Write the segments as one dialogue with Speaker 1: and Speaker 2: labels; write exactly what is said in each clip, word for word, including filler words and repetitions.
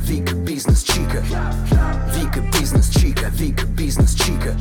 Speaker 1: Вика бизнес чика. Вика бизнес чика. Вика бизнес чика.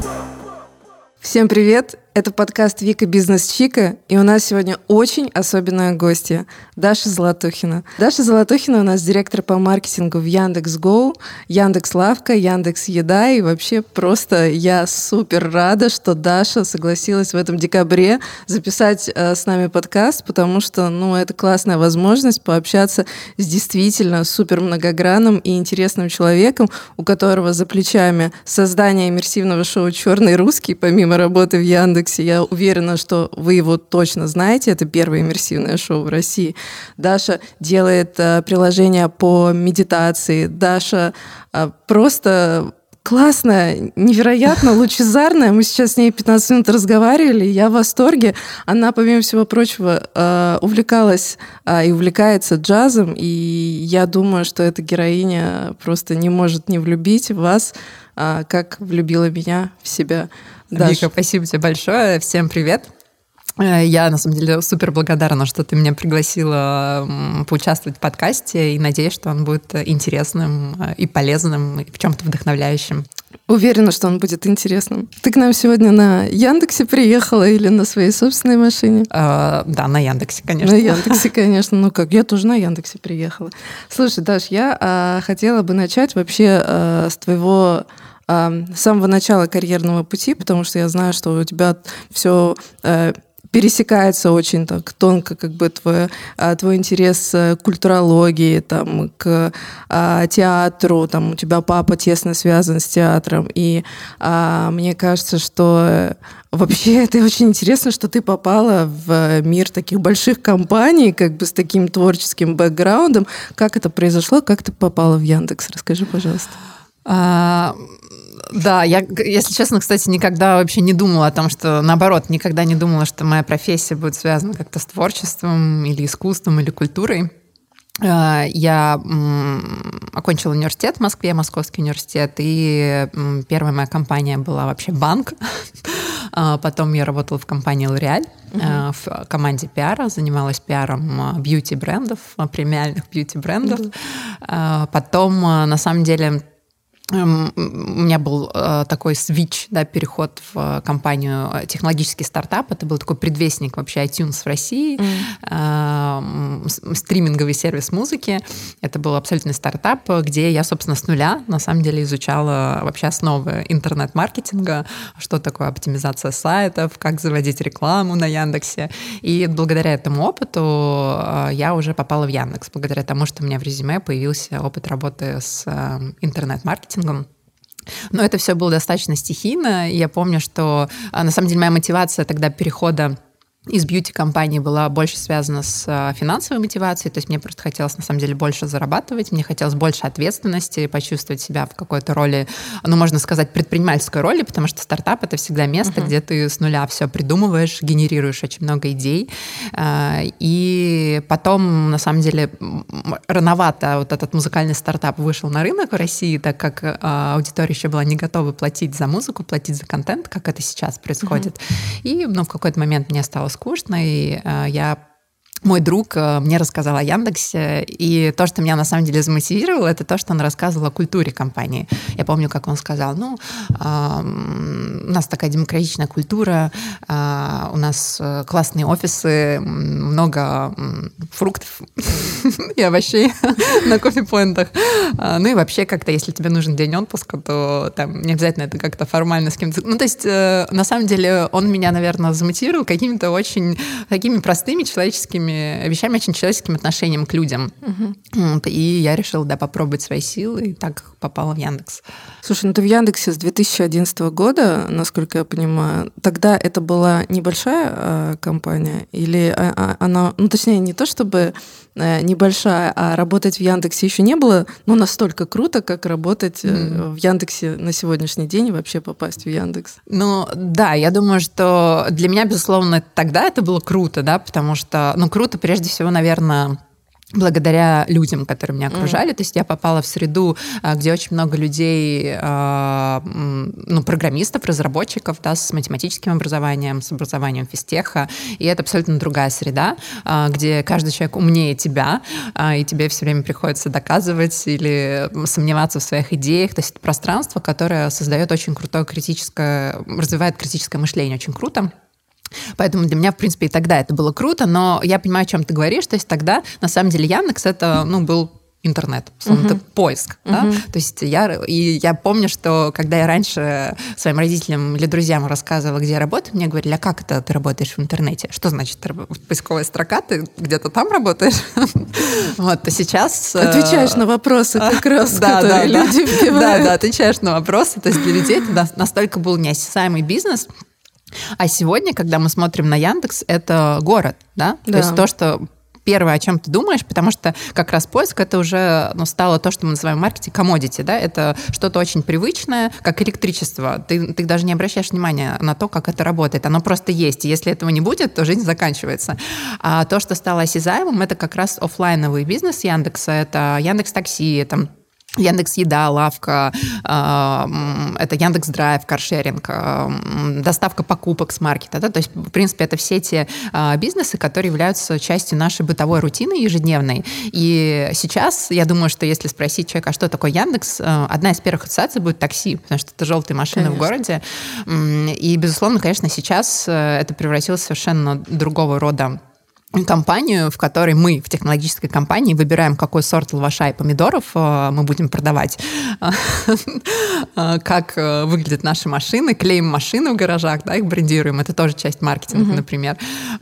Speaker 2: Всем привет! Это подкаст «Вика Бизнес Чика», и у нас сегодня очень особенная гостья – Даша Золотухина. Даша Золотухина у нас директор по маркетингу в Яндекс.Гоу, Яндекс.Лавка, Яндекс.Еда, и вообще просто я супер рада, что Даша согласилась в этом декабре записать э, с нами подкаст, потому что, ну, это классная возможность пообщаться с действительно супер многогранным и интересным человеком, у которого за плечами создание иммерсивного шоу «Черный русский», помимо работы в Яндексе. Я уверена, что вы его точно знаете. Это первое иммерсивное шоу в России. Даша делает э, приложения по медитации. Даша э, просто классная, невероятно лучезарная. Мы сейчас с ней пятнадцать минут разговаривали, я в восторге. Она, помимо всего прочего, э, увлекалась э, и увлекается джазом, и я думаю, что эта героиня просто не может не влюбить в вас, э, как влюбила меня в себя.
Speaker 3: Даша. Вика, спасибо тебе большое. Всем привет. Я, на самом деле, супер благодарна, что ты меня пригласила поучаствовать в подкасте, и надеюсь, что он будет интересным и полезным, и в чем-то вдохновляющим.
Speaker 2: Уверена, что он будет интересным. Ты к нам сегодня на Яндексе приехала или на своей собственной машине?
Speaker 3: А, да, на Яндексе, конечно.
Speaker 2: На Яндексе, конечно. Ну как, я тоже на Яндексе приехала. Слушай, Даш, я а, хотела бы начать вообще а, с твоего... с самого начала карьерного пути, потому что я знаю, что у тебя все э, пересекается очень так тонко, как бы твой, э, твой интерес к культурологии, там, к э, театру, там, у тебя папа тесно связан с театром, и э, мне кажется, что вообще это очень интересно, что ты попала в мир таких больших компаний, как бы с таким творческим бэкграундом. Как это произошло, как ты попала в Яндекс? Расскажи, пожалуйста.
Speaker 3: А... Да, я, если честно, кстати, никогда вообще не думала о том, что, наоборот, никогда не думала, что моя профессия будет связана как-то с творчеством или искусством, или культурой. Я окончила университет в Москве, Московский университет, и первая моя компания была вообще банк. Потом я работала в компании «Лореаль», uh-huh. в команде пиара, занималась пиаром бьюти-брендов, премиальных бьюти-брендов. Uh-huh. Потом, на самом деле... У меня был э, такой свитч, да, переход в компанию технологический стартап. Это был такой предвестник вообще iTunes в России, mm. э, стриминговый сервис музыки. Это был абсолютный стартап, где я, собственно, с нуля на самом деле изучала вообще основы интернет-маркетинга, что такое оптимизация сайтов, как заводить рекламу на Яндексе. И благодаря этому опыту э, я уже попала в Яндекс, благодаря тому, что у меня в резюме появился опыт работы с э, интернет-маркетингом. Но это все было достаточно стихийно. Я помню, что на самом деле моя мотивация тогда перехода из бьюти-компании была больше связана с финансовой мотивацией, то есть мне просто хотелось, на самом деле, больше зарабатывать, мне хотелось больше ответственности, почувствовать себя в какой-то роли, ну, можно сказать, предпринимательской роли, потому что стартап — это всегда место, uh-huh. где ты с нуля все придумываешь, генерируешь очень много идей. И потом, на самом деле, рановато вот этот музыкальный стартап вышел на рынок в России, так как аудитория еще была не готова платить за музыку, платить за контент, как это сейчас происходит. Uh-huh. И, ну, в какой-то момент мне стало скучно, и э, я... Мой друг мне рассказал о Яндексе, и то, что меня на самом деле замотивировало, это то, что он рассказывал о культуре компании. Я помню, как он сказал, ну, э, у нас такая демократичная культура, э, у нас классные офисы, много фруктов и овощей на кофе-поинтах. Ну и вообще как-то, если тебе нужен день отпуска, то там не обязательно это как-то формально с кем-то... Ну, то есть, э, на самом деле, он меня, наверное, замотивировал какими-то очень такими простыми человеческими вещами, очень человеческим отношением к людям. Uh-huh. И я решила, да, попробовать свои силы, и так попала в Яндекс.
Speaker 2: Слушай, ну ты в Яндексе с две тысячи одиннадцатого года, насколько я понимаю. Тогда это была небольшая э, компания? Или э, она, ну точнее, не то чтобы э, небольшая, а работать в Яндексе еще не было, ну настолько круто, как работать э, mm. в Яндексе на сегодняшний день и вообще попасть в Яндекс?
Speaker 3: Ну да, я думаю, что для меня, безусловно, тогда это было круто, да, потому что, ну круто прежде всего, наверное, благодаря людям, которые меня окружали. Mm. То есть я попала в среду, где очень много людей, ну, программистов, разработчиков, да, с математическим образованием, с образованием физтеха. И это абсолютно другая среда, где каждый человек умнее тебя, и тебе все время приходится доказывать или сомневаться в своих идеях. То есть это пространство, которое создает очень крутое критическое, развивает критическое мышление. Очень круто. Поэтому для меня, в принципе, и тогда это было круто, но я понимаю, о чем ты говоришь. То есть тогда, на самом деле, Яндекс — это, ну, был интернет, uh-huh. это поиск. Uh-huh. Да? То есть я, и я помню, что когда я раньше своим родителям или друзьям рассказывала, где я работаю, мне говорили: а как это ты работаешь в интернете? Что значит поисковая строка? Ты где-то там работаешь? Вот, а сейчас...
Speaker 2: Отвечаешь на вопросы как раз, которые люди вбивают.
Speaker 3: Да, да, отвечаешь на вопросы. То есть для людей это настолько был неосязаемый бизнес. А сегодня, когда мы смотрим на Яндекс, это город, да?
Speaker 2: Да.
Speaker 3: То есть то, что первое, о чем ты думаешь, потому что как раз поиск — это уже, ну, стало то, что мы называем в маркетинге commodity, да? Это что-то очень привычное, как электричество. Ты, ты даже не обращаешь внимания на то, как это работает. Оно просто есть. И если этого не будет, то жизнь заканчивается. А то, что стало осязаемым, это как раз офлайновый бизнес Яндекса. Это Яндекс.Такси, это Яндекс.Еда, лавка, это Яндекс.Драйв, каршеринг, доставка покупок с маркета. Да? То есть, в принципе, это все те бизнесы, которые являются частью нашей бытовой рутины ежедневной. И сейчас, я думаю, что если спросить человека, а что такое Яндекс, одна из первых ассоциаций будет такси, потому что это желтые машины, конечно, в городе. И, безусловно, конечно, сейчас это превратилось в совершенно другого рода компанию, в которой мы в технологической компании выбираем, какой сорт лаваша и помидоров мы будем продавать, как выглядят наши машины, клеим машины в гаражах, да, их брендируем, это тоже часть маркетинга, mm-hmm. например.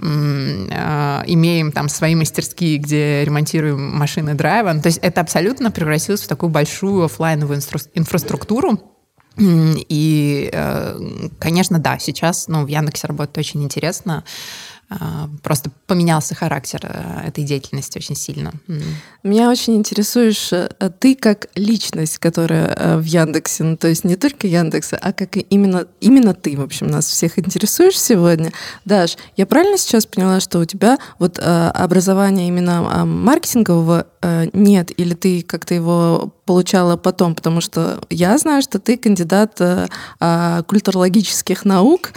Speaker 3: Имеем там свои мастерские, где ремонтируем машины драйва. То есть это абсолютно превратилось в такую большую офлайновую инфраструктуру. И, конечно, да, сейчас, ну, в Яндексе работать очень интересно. Просто поменялся характер этой деятельности очень сильно.
Speaker 2: Меня очень интересуешь ты как личность, которая в Яндексе, ну, то есть не только Яндекса, а как именно, именно ты, в общем, нас всех интересуешь сегодня. Даш, я правильно сейчас поняла, что у тебя вот образования именно маркетингового нет, или ты как-то его получала потом? Потому что я знаю, что ты кандидат культурологических наук,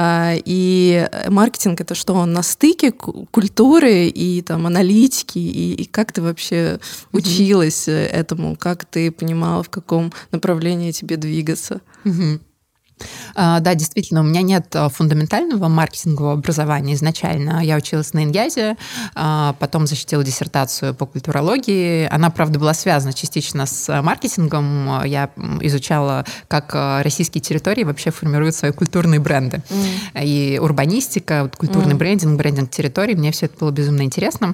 Speaker 2: и маркетинг — это что, он на стыке культуры и там аналитики, и, и как ты вообще училась mm-hmm. этому, как ты понимала, в каком направлении тебе двигаться?
Speaker 3: Mm-hmm. Да, действительно, у меня нет фундаментального маркетингового образования изначально. Я училась на Иньязе, потом защитила диссертацию по культурологии. Она, правда, была связана частично с маркетингом. Я изучала, как российские территории вообще формируют свои культурные бренды. Mm. И урбанистика, культурный mm. брендинг, брендинг территорий. Мне все это было безумно интересно.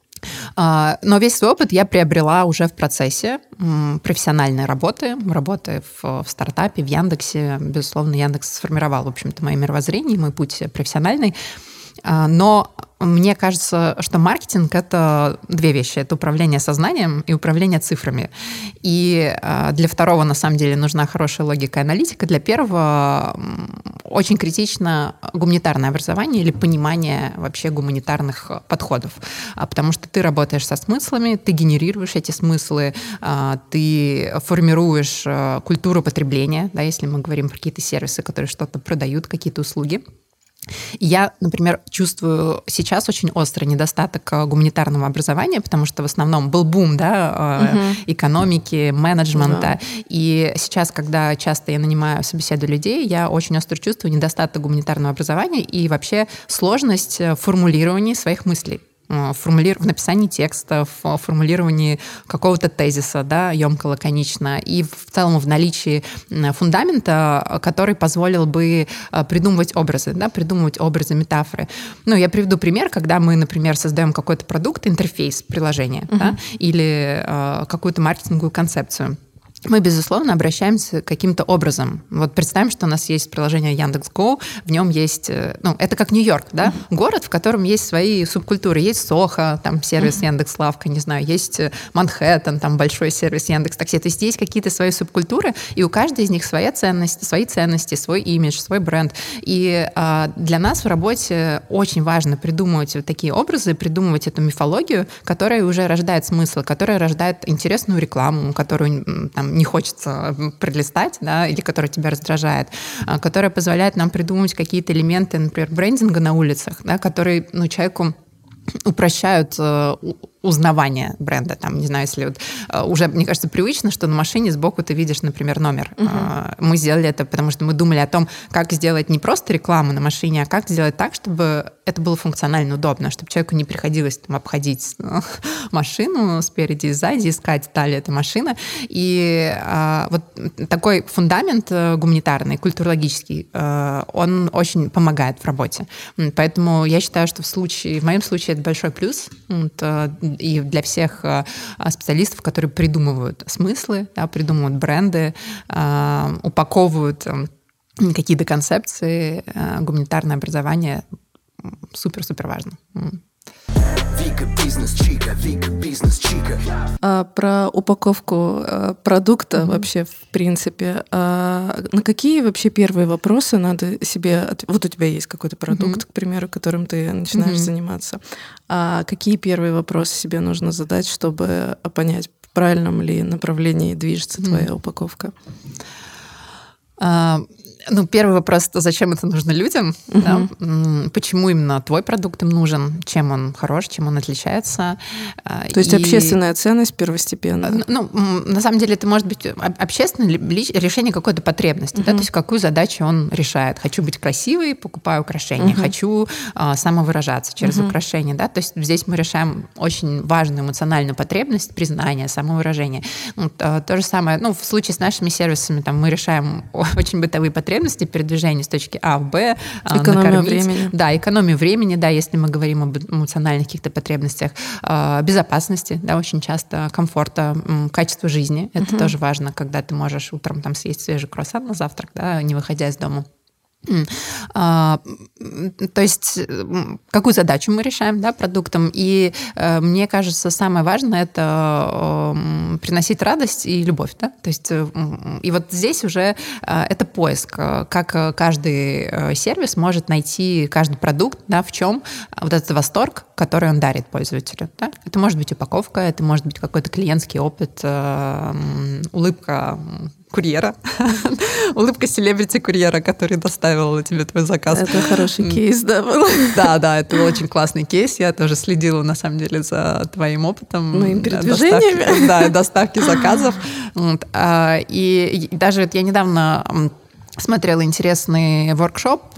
Speaker 3: Но весь свой опыт я приобрела уже в процессе профессиональной работы, работы в, в стартапе, в Яндексе. Безусловно, Яндекс сформировал, в общем-то, мое мировоззрение, мой путь профессиональный. Но мне кажется, что маркетинг — это две вещи. Это управление сознанием и управление цифрами. И для второго, на самом деле, нужна хорошая логика и аналитика. Для первого очень критично гуманитарное образование или понимание вообще гуманитарных подходов. Потому что ты работаешь со смыслами, ты генерируешь эти смыслы, ты формируешь культуру потребления, да, если мы говорим про какие-то сервисы, которые что-то продают, какие-то услуги. Я, например, чувствую сейчас очень острый недостаток гуманитарного образования, потому что в основном был бум, да, угу. экономики, менеджмента. Да. И сейчас, когда часто я нанимаю, собеседую людей, я очень остро чувствую недостаток гуманитарного образования и вообще сложность формулирования своих мыслей. Формулир... в написании текстов, в формулировании какого-то тезиса, да, емко, лаконично, и в целом в наличии фундамента, который позволил бы придумывать образы, да, придумывать образы, метафоры. Ну, я приведу пример, когда мы, например, создаем какой-то продукт, интерфейс приложения, uh-huh. да, или э, какую-то маркетинговую концепцию. мы, безусловно, обращаемся каким-то образом. Вот представим, что у нас есть приложение Яндекс.Го, в нем есть, ну, это как Нью-Йорк, да, uh-huh. город, в котором есть свои субкультуры. Есть Сохо, там сервис uh-huh. Яндекс.Лавка, не знаю, есть Манхэттен, там большой сервис Яндекс.Такси. То есть есть какие-то свои субкультуры, и у каждой из них своя ценность, свои ценности, свой имидж, свой бренд. И а, для нас в работе очень важно придумывать вот такие образы, придумывать эту мифологию, которая уже рождает смысл, которая рождает интересную рекламу, которую там не хочется пролистать, да, или которая тебя раздражает, которая позволяет нам придумать какие-то элементы, например, брендинга на улицах, да, которые, ну, человеку упрощают узнавание бренда. Там, не знаю, если вот, уже, мне кажется, привычно, что на машине сбоку ты видишь, например, номер. Uh-huh. Мы сделали это, потому что мы думали о том, как сделать не просто рекламу на машине, а как сделать так, чтобы это было функционально удобно, чтобы человеку не приходилось там обходить машину спереди и сзади, искать, та ли эта машина. И а, вот такой фундамент гуманитарный, культурологический, он очень помогает в работе. Поэтому я считаю, что в случае, в моем случае это большой плюс. Вот, и для всех специалистов, которые придумывают смыслы, да, придумывают бренды, упаковывают какие-то концепции, гуманитарное образование супер-супер важно.
Speaker 1: Вика бизнес чика, Вика бизнес чика.
Speaker 2: А про упаковку а, продукта mm-hmm. вообще в принципе. А, на какие вообще первые вопросы надо себе... От... Вот у тебя есть какой-то продукт, mm-hmm. к примеру, которым ты начинаешь mm-hmm. заниматься. А какие первые вопросы себе нужно задать, чтобы понять, в правильном ли направлении движется mm-hmm. твоя упаковка?
Speaker 3: А... Ну, первый вопрос, зачем это нужно людям? Uh-huh. Да? Почему именно твой продукт им нужен? Чем он хорош, чем он отличается?
Speaker 2: То есть и... общественная ценность первостепенная?
Speaker 3: Ну, на самом деле, это может быть общественное решение какой-то потребности. Uh-huh. Да? То есть какую задачу он решает. Хочу быть красивой, покупаю украшения. Uh-huh. Хочу а, самовыражаться через uh-huh. украшения. Да? То есть здесь мы решаем очень важную эмоциональную потребность признания, самовыражения. Вот, а, то же самое, ну, в случае с нашими сервисами там, мы решаем очень бытовые потребности, передвижения с точки А в Б,
Speaker 2: экономия накормить. времени.
Speaker 3: Да, экономия времени, да, если мы говорим об эмоциональных каких-то потребностях, безопасности, да, очень часто, комфорта, качества жизни. Это uh-huh. тоже важно, когда ты можешь утром там съесть свежий круассан на завтрак, да, не выходя из дома. А, то есть какую задачу мы решаем, да, продуктом, и э, мне кажется, самое важное — это э, приносить радость и любовь, да, то есть э, и вот здесь уже э, это поиск, как каждый сервис может найти каждый продукт, да, в чем вот этот восторг, который он дарит пользователю, да? Это может быть упаковка, это может быть какой-то клиентский опыт, э, улыбка курьера, улыбка селебрити-курьера, который доставил тебе твой заказ.
Speaker 2: Это хороший кейс, да, был?
Speaker 3: Да, да, это был очень классный кейс. Я тоже следила, на самом деле, за твоим опытом.
Speaker 2: Моим передвижениями.
Speaker 3: Доставки, да, доставки заказов. Вот. И даже я недавно смотрела интересный воркшоп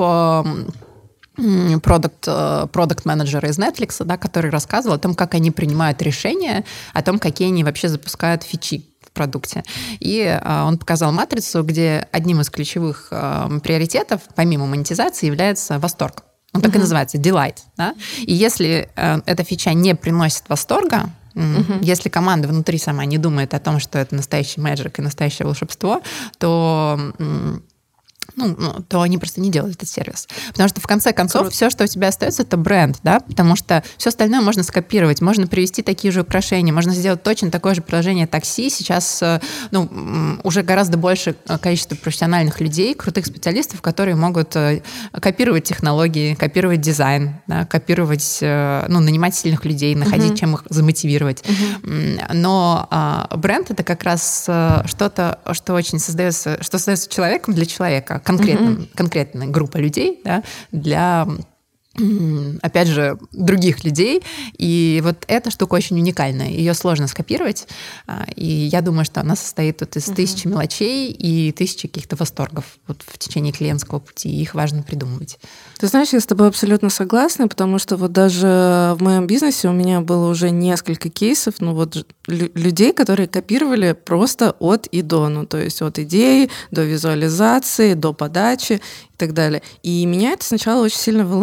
Speaker 3: продакт-менеджера из Netflix, да, который рассказывал о том, как они принимают решения, о том, какие они вообще запускают фичи в продукте. И э, он показал матрицу, где одним из ключевых э, приоритетов, помимо монетизации, является восторг. Он так uh-huh. и называется, delight. Да? И если э, эта фича не приносит восторга, Uh-huh. если команда внутри сама не думает о том, что это настоящий мэджик и настоящее волшебство, то... Ну, ну, то они просто не делают этот сервис. Потому что в конце концов Круто. Все, что у тебя остается, это бренд, да, потому что все остальное можно скопировать, можно привести такие же украшения, можно сделать точно такое же приложение такси. Сейчас, ну, уже гораздо больше количество профессиональных людей, крутых специалистов, которые могут копировать технологии, копировать дизайн, да, копировать, ну, нанимать сильных людей, находить, uh-huh. чем их замотивировать. Uh-huh. Но а, бренд — это как раз что-то, что очень создается, что создается человеком для человека, конкретно, mm-hmm. конкретная группа людей, да, для, опять же, других людей. И вот эта штука очень уникальная. Ее сложно скопировать. И я думаю, что она состоит вот из mm-hmm. тысячи мелочей и тысячи каких-то восторгов вот в течение клиентского пути. И их важно придумывать.
Speaker 2: Ты знаешь, я с тобой абсолютно согласна, потому что вот даже в моем бизнесе у меня было уже несколько кейсов, ну вот лю- людей, которые копировали просто от и до, ну то есть от идеи до визуализации, до подачи и так далее. И меня это сначала очень сильно волновало,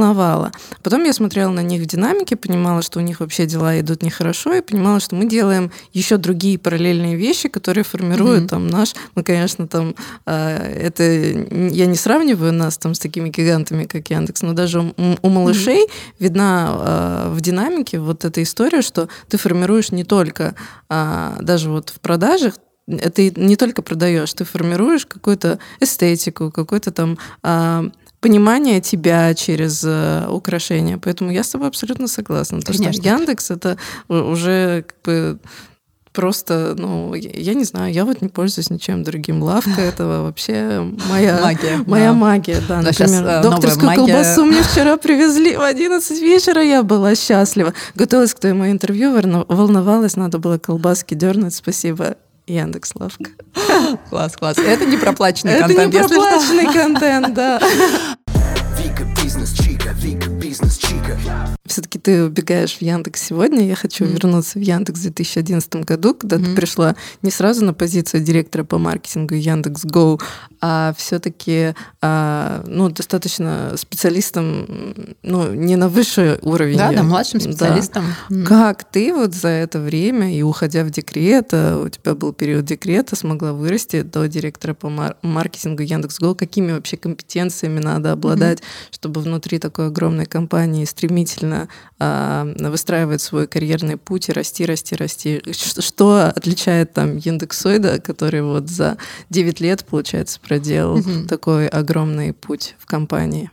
Speaker 2: ожидала. Потом я смотрела на них в динамике, понимала, что у них вообще дела идут нехорошо, и понимала, что мы делаем еще другие параллельные вещи, которые формируют mm-hmm. там наш... Мы, конечно, там... Это... Я не сравниваю нас там с такими гигантами, как Яндекс, но даже у, у малышей mm-hmm. видна в динамике вот эта история, что ты формируешь не только даже вот в продажах, ты не только продаешь, ты формируешь какую-то эстетику, какое-то там а, понимание тебя через а, украшения. Поэтому я с тобой абсолютно согласна. Потому что Яндекс — это уже как бы просто, ну, я, я не знаю, я вот не пользуюсь ничем другим. Лавка — это вообще моя магия. Моя да. магия, да.
Speaker 3: Но
Speaker 2: например,
Speaker 3: сейчас,
Speaker 2: докторскую
Speaker 3: магия...
Speaker 2: колбасу мне вчера привезли в одиннадцать вечера, я была счастлива. Готовилась к твоему интервью, волновалась, надо было колбаски дернуть. Спасибо, Яндекс.Лавка.
Speaker 3: Класс, класс. Это не проплаченный
Speaker 2: Это
Speaker 3: контент.
Speaker 2: Это не проплаченный контент, да.
Speaker 1: Вика бизнес-чика, Вика бизнес-чика.
Speaker 2: Все-таки ты убегаешь в Яндекс сегодня. Я хочу mm-hmm. вернуться в Яндекс в две тысячи одиннадцатом году, когда mm-hmm. ты пришла не сразу на позицию директора по маркетингу Яндекс.Го, а все-таки а, ну, достаточно специалистом, ну, не на высший уровень.
Speaker 3: Да, да, младшим специалистом.
Speaker 2: Да. Mm-hmm. Как ты вот за это время, и уходя в декрет, у тебя был период декрета, смогла вырасти до директора по мар- маркетингу Яндекс.Го? Какими вообще компетенциями надо обладать, mm-hmm. чтобы внутри такой огромной компании стремительно выстраивать свой карьерный путь и расти, расти, расти. Что отличает там Яндексоида, который вот за девять лет, получается, проделал угу. такой огромный путь в компании?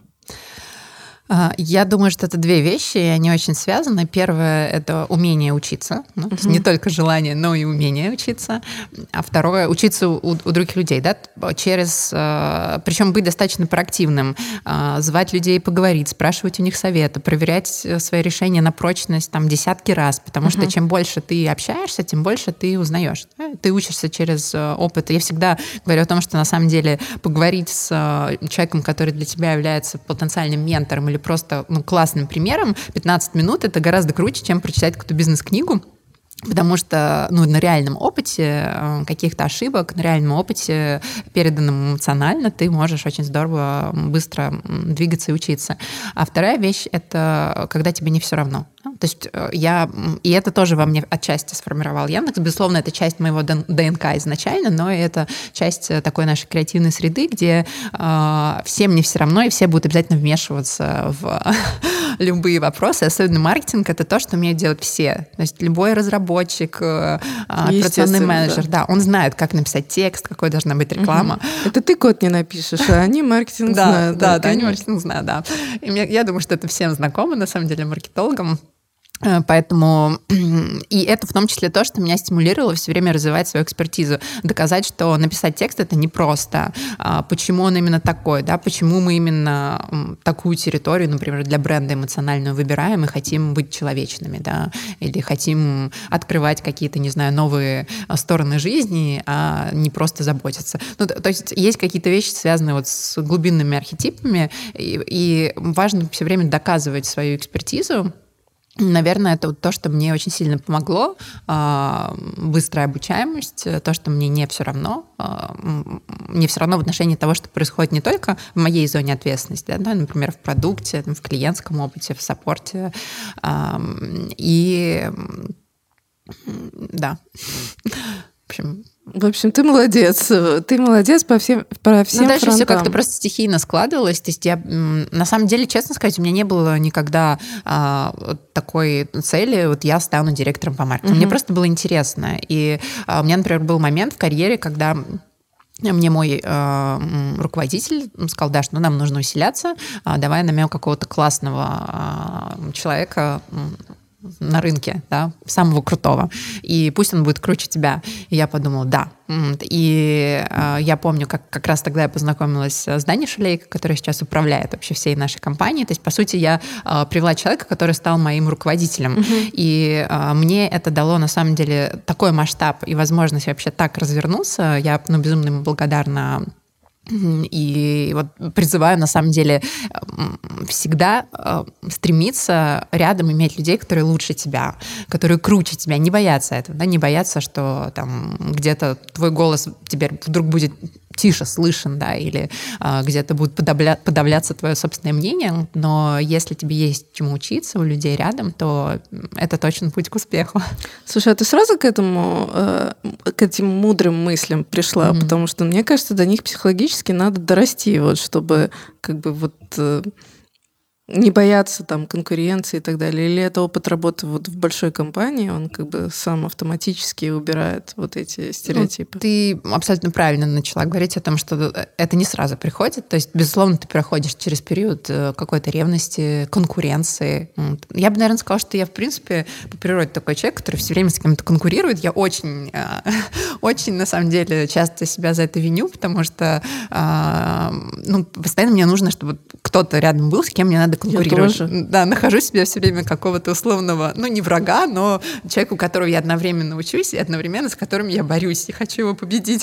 Speaker 3: Я думаю, что это две вещи, и они очень связаны. Первое — это умение учиться. Ну, uh-huh. то есть не только желание, но и умение учиться. А второе — учиться у, у других людей. Да? Через, причем быть достаточно проактивным, звать людей поговорить, спрашивать у них советы, проверять свои решения на прочность там, десятки раз, потому uh-huh. что чем больше ты общаешься, тем больше ты узнаешь. Ты учишься через опыт. Я всегда говорю о том, что на самом деле поговорить с человеком, который для тебя является потенциальным ментором или просто ну, классным примером, пятнадцать минут — это гораздо круче, чем прочитать какую-то бизнес-книгу. Потому что ну, на реальном опыте каких-то ошибок, на реальном опыте, переданном эмоционально, ты можешь очень здорово, быстро двигаться и учиться. А вторая вещь — это когда тебе не все равно. То есть я... И это тоже во мне отчасти сформировал Яндекс. Безусловно, это часть моего ДНК изначально, но это часть такой нашей креативной среды, где э, всем не все равно, и все будут обязательно вмешиваться в любые вопросы. Особенно маркетинг — это то, что умеют делать все. То есть любой разработчик, операционный менеджер, да. да, он знает, как написать текст, какой должна быть реклама.
Speaker 2: Угу. Это ты код не напишешь, а они маркетинг
Speaker 3: да,
Speaker 2: знают.
Speaker 3: Да, да, да, они маркетинг знают, да. И мне, я думаю, что это всем знакомо, на самом деле, маркетологам. Поэтому и это в том числе то, что меня стимулировало все время развивать свою экспертизу, доказать, что написать текст — это непросто. Почему он именно такой, да? Почему мы именно такую территорию, например, для бренда эмоциональную выбираем и хотим быть человечными, да? Или хотим открывать какие-то, не знаю, новые стороны жизни, а не просто заботиться. Ну, то есть есть какие-то вещи, связанные вот с глубинными архетипами, и, и важно все время доказывать свою экспертизу. Наверное, это вот то, что мне очень сильно помогло. Быстрая обучаемость, то, что мне не все равно. Не все равно в отношении того, что происходит не только в моей зоне ответственности, да, например, в продукте, в клиентском опыте, в саппорте. И да. В общем...
Speaker 2: В общем, ты молодец. Ты молодец по всем, по всем
Speaker 3: ну, дальше
Speaker 2: фронтам.
Speaker 3: Все как-то просто стихийно складывалось. То есть я, на самом деле, честно сказать, у меня не было никогда а, такой цели, вот я стану директором по маркетингу. Угу. Мне просто было интересно. И а, у меня, например, был момент в карьере, когда... Мне мой э, руководитель сказал: Даш, ну нам нужно усиляться, э, давай наймем какого-то классного э, человека на рынке, да, самого крутого, и пусть он будет круче тебя. И я подумала, да. И э, я помню, как, как раз тогда я познакомилась с Даней Шулейко, который сейчас управляет вообще всей нашей компанией. То есть, по сути, я э, привела человека, который стал моим руководителем. Uh-huh. И э, мне это дало, на самом деле, такой масштаб и возможность вообще так развернуться. Я ну, безумно ему благодарна. И вот призываю, на самом деле, всегда стремиться рядом иметь людей, которые лучше тебя, которые круче тебя, не бояться этого, да, не бояться, что там где-то твой голос теперь вдруг будет тише слышен, да, или а, где-то будет подавля- подавляться твое собственное мнение, но если тебе есть чему учиться у людей рядом, то это точно путь к успеху.
Speaker 2: Слушай, а ты сразу к этому, э, к этим мудрым мыслям пришла? Mm-hmm. Потому что, мне кажется, до них психологически надо дорасти, вот, чтобы как бы вот... Э, не бояться там конкуренции и так далее? Или это опыт работы вот в большой компании, он как бы сам автоматически убирает вот эти стереотипы?
Speaker 3: Ну, ты абсолютно правильно начала говорить о том, что это не сразу приходит. То есть, безусловно, ты проходишь через период какой-то ревности, конкуренции. Я бы, наверное, сказала, что я, в принципе, по природе такой человек, который все время с кем-то конкурирует. Я очень, очень, на самом деле, часто себя за это виню, потому что ну, постоянно мне нужно, чтобы кто-то рядом был, с кем мне надо конкурировать.
Speaker 2: Я тоже.
Speaker 3: Да, нахожу себя все время какого-то условного, ну, не врага, но человека, у которого я одновременно учусь, и одновременно с которым я борюсь, и хочу его победить.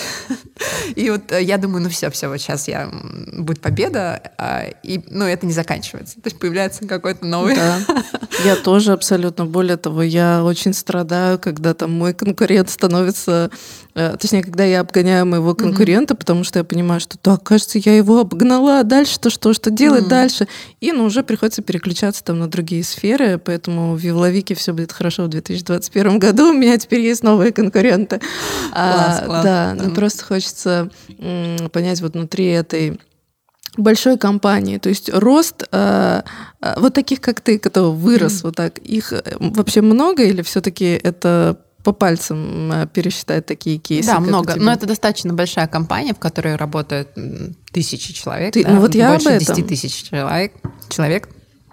Speaker 3: И вот я думаю, ну все, все, вот сейчас я будет победа, и, ну, это не заканчивается. То есть появляется какой-то новый...
Speaker 2: Да, я тоже абсолютно. Более того, я очень страдаю, когда там мой конкурент становится... Точнее, когда я обгоняю моего конкурента, mm-hmm. потому что я понимаю, что так, кажется, я его обгнала, а дальше-то что, что делать mm-hmm. дальше? И, ну, уже приходится переключаться там на другие сферы, поэтому в Евловике все будет хорошо в две тысячи двадцать первом году, у меня теперь есть новые конкуренты.
Speaker 3: Класс,
Speaker 2: а,
Speaker 3: класс.
Speaker 2: Да, mm-hmm. ну просто хочется м, понять вот внутри этой большой компании, то есть рост э, э, вот таких, как ты, кто вырос mm-hmm. вот так, их вообще много или все-таки это по пальцам пересчитать такие кейсы?
Speaker 3: Да, много. Но это достаточно большая компания, в которой работают тысячи человек.
Speaker 2: Ты,
Speaker 3: да,
Speaker 2: ну вот я
Speaker 3: больше
Speaker 2: об этом.
Speaker 3: десять тысяч человек. человек.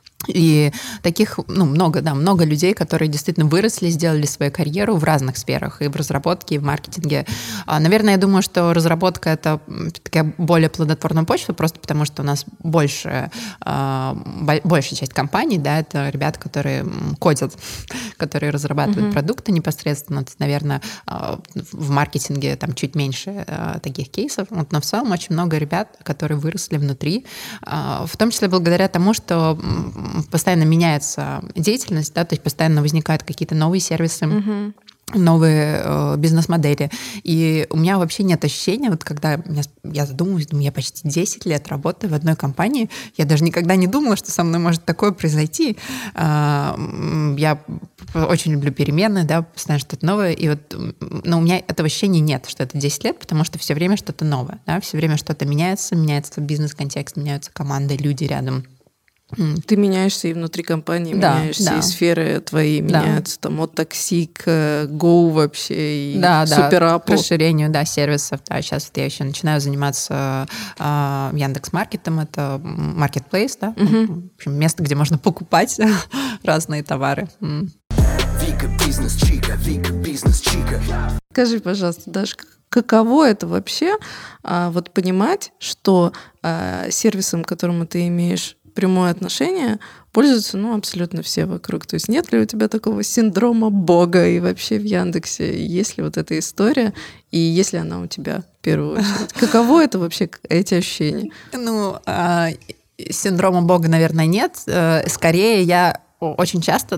Speaker 3: И таких, ну, много, да, много людей, которые действительно выросли, сделали свою карьеру в разных сферах, и в разработке, и в маркетинге. Наверное, я думаю, что разработка — это такая более плодотворная почва, просто потому что у нас больше, большая часть компаний, да, это ребята, которые кодят, которые разрабатывают mm-hmm. продукты непосредственно. Это, наверное, в маркетинге там чуть меньше таких кейсов, но в целом очень много ребят, которые выросли внутри, в том числе благодаря тому, что постоянно меняется деятельность, да, то есть постоянно возникают какие-то новые сервисы, uh-huh. новые э, бизнес-модели. И у меня вообще нет ощущения, вот когда меня, я задумываюсь, думаю, я почти десять лет работаю в одной компании, я даже никогда не думала, что со мной может такое произойти. Э, я очень люблю перемены, да, постоянно что-то новое, и вот, но у меня этого ощущения нет, что это десять лет, потому что все время что-то новое, да, все время что-то меняется, меняется бизнес-контекст, меняются команды, люди рядом.
Speaker 2: Ты меняешься и внутри компании,
Speaker 3: да,
Speaker 2: меняешься,
Speaker 3: да.
Speaker 2: и сферы твои да. меняются, там, от такси к Go вообще, и
Speaker 3: да,
Speaker 2: суперапу.
Speaker 3: Да, к расширению, да, сервисов. Да, сейчас вот я еще начинаю заниматься э, Яндекс.Маркетом, это маркетплейс, да, угу. в общем, место, где можно покупать разные товары.
Speaker 1: Вика бизнес чика, Вика бизнес чика.
Speaker 2: Скажи, пожалуйста, Даша, каково это вообще а, вот понимать, что а, сервисом, к которому ты имеешь прямое отношение, пользуются, ну, абсолютно все вокруг. То есть нет ли у тебя такого синдрома Бога и вообще в Яндексе? Есть ли вот эта история? И есть ли она у тебя в первую очередь? Каково это вообще, эти ощущения?
Speaker 3: Ну, синдрома Бога, наверное, нет. Скорее, я очень часто,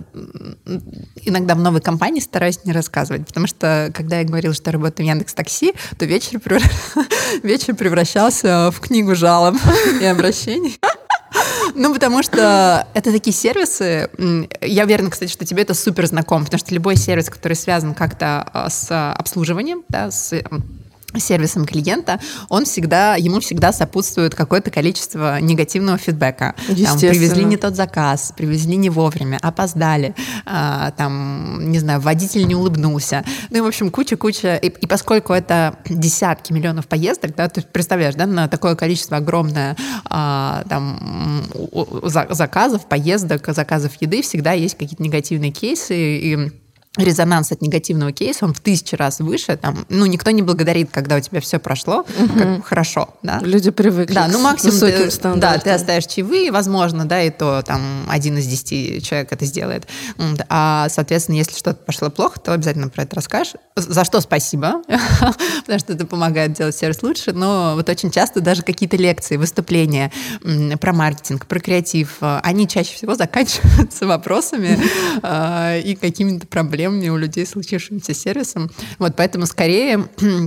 Speaker 3: иногда в новой компании стараюсь не рассказывать, потому что, когда я говорила, что работаю в Яндекс.Такси, то вечер, превра... вечер превращался в книгу жалоб и обращений. Ну, потому что это такие сервисы, я уверена, кстати, что тебе это супер знакомо, потому что любой сервис, который связан как-то с обслуживанием, да, с сервисом клиента, он всегда, ему всегда сопутствует какое-то количество негативного фидбэка. Там, привезли не тот заказ, привезли не вовремя, опоздали, а, там, не знаю, водитель не улыбнулся. Ну и, в общем, куча-куча. И, и поскольку это десятки миллионов поездок, да, ты представляешь, да, на такое количество огромное а, там, заказов, поездок, заказов еды всегда есть какие-то негативные кейсы, и резонанс от негативного кейса, он в тысячи раз выше. Там, ну, никто не благодарит, когда у тебя все прошло угу. как хорошо. Да?
Speaker 2: Люди привыкли
Speaker 3: да, ну, максимум
Speaker 2: к высоким
Speaker 3: ты,
Speaker 2: стандартам.
Speaker 3: Да, ты оставишь чаевые, возможно, да, и то там один из десяти человек это сделает. А, соответственно, если что-то пошло плохо, то обязательно про это расскажешь. За что спасибо, потому что это помогает делать сервис лучше. Но вот очень часто даже какие-то лекции, выступления про маркетинг, про креатив, они чаще всего заканчиваются вопросами и какими-то проблемами у людей, случившимся сервисом. Вот, поэтому скорее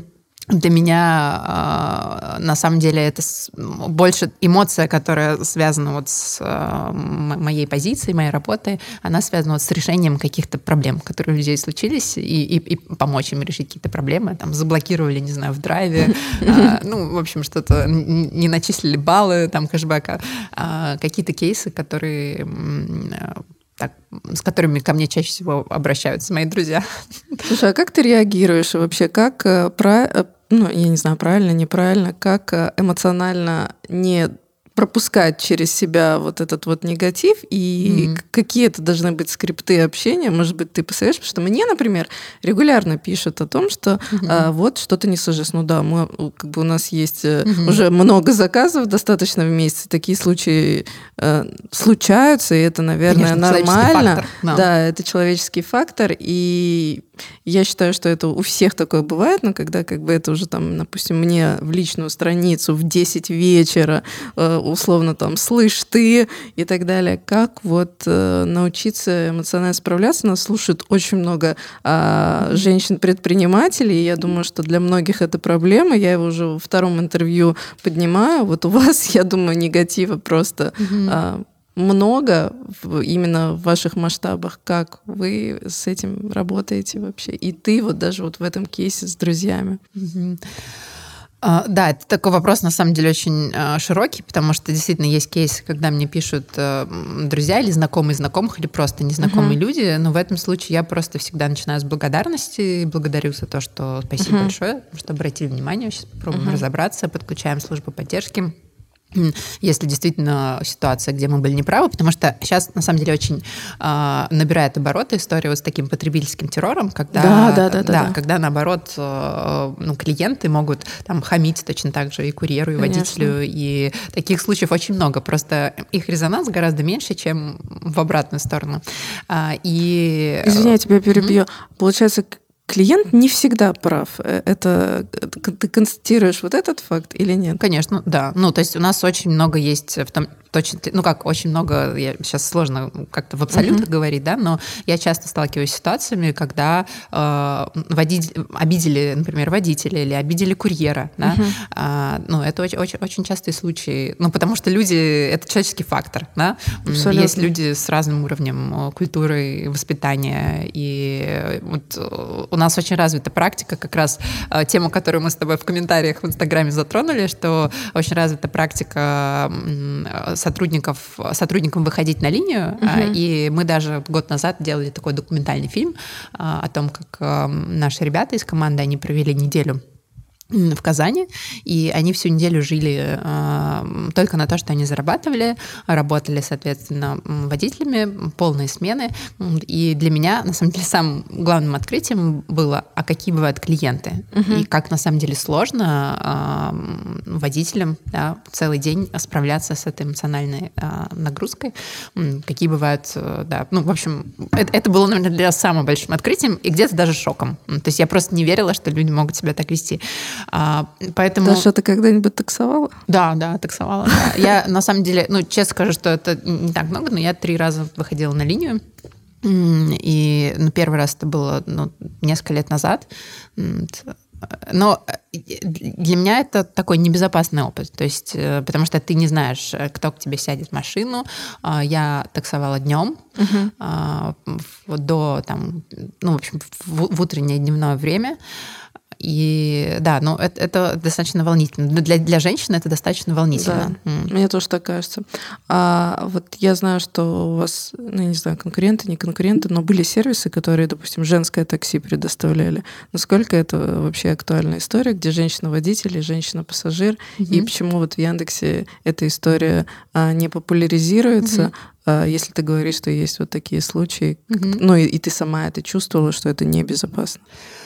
Speaker 3: Для меня, на самом деле, это больше эмоция, которая связана вот с моей позицией, моей работой, она связана вот с решением каких-то проблем, которые у людей случились, и, и, и помочь им решить какие-то проблемы. Там заблокировали, не знаю, в драйве, ну, в общем, что-то, не начислили баллы, там, кэшбэка. Какие-то кейсы, которые... Так, с которыми ко мне чаще всего обращаются мои друзья.
Speaker 2: Слушай, а как ты реагируешь вообще? Как, ну, я не знаю, правильно, неправильно, как эмоционально не пропускать через себя вот этот вот негатив, и mm-hmm. какие это должны быть скрипты общения? Может быть, ты посоветуешь? Потому что мне, например, регулярно пишут о том, что mm-hmm. а, вот что-то не сложилось. Ну да, мы, как бы у нас есть mm-hmm. уже много заказов достаточно в месяц. Такие случаи э, случаются, и это, наверное, конечно, нормально.
Speaker 3: Фактор, да.
Speaker 2: да, это человеческий фактор, и я считаю, что это у всех такое бывает, но когда как бы это уже там, допустим, мне в личную страницу в десять вечера э, условно там «слышь, ты» и так далее. Как вот э, научиться эмоционально справляться? Нас слушают очень много э, женщин-предпринимателей, и я думаю, что для многих это проблема. Я его уже во втором интервью поднимаю. Вот у вас, я думаю, негатива просто э, много именно в ваших масштабах. Как вы с этим работаете вообще? И ты вот даже вот в этом кейсе с друзьями.
Speaker 3: Uh, да, это такой вопрос, на самом деле, очень uh, широкий, потому что действительно есть кейсы, когда мне пишут uh, друзья или знакомые знакомых, или просто незнакомые uh-huh. люди, но в этом случае я просто всегда начинаю с благодарности, благодарю за то, что спасибо uh-huh. большое, что обратили внимание, сейчас попробуем uh-huh. разобраться, подключаем службу поддержки. Если действительно ситуация, где мы были неправы, потому что сейчас, на самом деле, очень э, набирает обороты история вот с таким потребительским террором, когда,
Speaker 2: да, да, да,
Speaker 3: да,
Speaker 2: да, да.
Speaker 3: когда наоборот, э, ну, клиенты могут там хамить точно так же и курьеру, и Конечно. водителю, и таких случаев очень много, просто их резонанс гораздо меньше, чем в обратную сторону. А, и...
Speaker 2: Извини, я тебя перебью. Mm-hmm. Получается, клиент не всегда прав. Это ты констатируешь вот этот факт или нет?
Speaker 3: Конечно, да. Ну, то есть у нас очень много есть в том, точно, ну как, очень много, я, сейчас сложно как-то в абсолютах uh-huh. говорить, да, но я часто сталкиваюсь с ситуациями, когда э, водитель, обидели, например, водителя или обидели курьера, да, uh-huh. а, ну, это очень, очень, очень частые случаи, ну, потому что люди, это человеческий фактор, да, Абсолютно. Есть люди с разным уровнем культуры, воспитания, и вот у нас очень развита практика, как раз тему, которую мы с тобой в комментариях в Инстаграме затронули, что очень развита практика сотрудников, сотрудникам выходить на линию, uh-huh. и мы даже год назад делали такой документальный фильм о том, как наши ребята из команды, они провели неделю в Казани, и они всю неделю жили э, только на то, что они зарабатывали, работали, соответственно, водителями, полные смены. И для меня, на самом деле, самым главным открытием было, а какие бывают клиенты, uh-huh. и как, на самом деле, сложно э, водителям, да, целый день справляться с этой эмоциональной э, нагрузкой, какие бывают, э, да, ну, в общем, это, это было, наверное, для нас самым большим открытием и где-то даже шоком. То есть я просто не верила, что люди могут себя так вести. А, поэтому...
Speaker 2: Даша, ты когда-нибудь таксовала?
Speaker 3: Да, да, таксовала. Да. Я, на самом деле, ну, честно скажу, что это не так много, но я три раза выходила на линию. И ну, первый раз это было ну, несколько лет назад. Но для меня это такой небезопасный опыт, то есть, потому что ты не знаешь, кто к тебе сядет в машину. Я таксовала днем uh-huh. до, там, ну, в общем, в, в утреннее дневное время. И да, ну это, это достаточно волнительно. Для, для женщины это достаточно волнительно.
Speaker 2: Да, mm. мне тоже так кажется. А вот я знаю, что у вас, ну, я не знаю, конкуренты, не конкуренты, но были сервисы, которые, допустим, женское такси предоставляли. Насколько это вообще актуальная история, где женщина-водитель и женщина-пассажир, mm-hmm. и почему вот в Яндексе эта история а, не популяризируется, mm-hmm. а, если ты говоришь, что есть вот такие случаи, mm-hmm. ну и, и ты сама это чувствовала, что это небезопасно.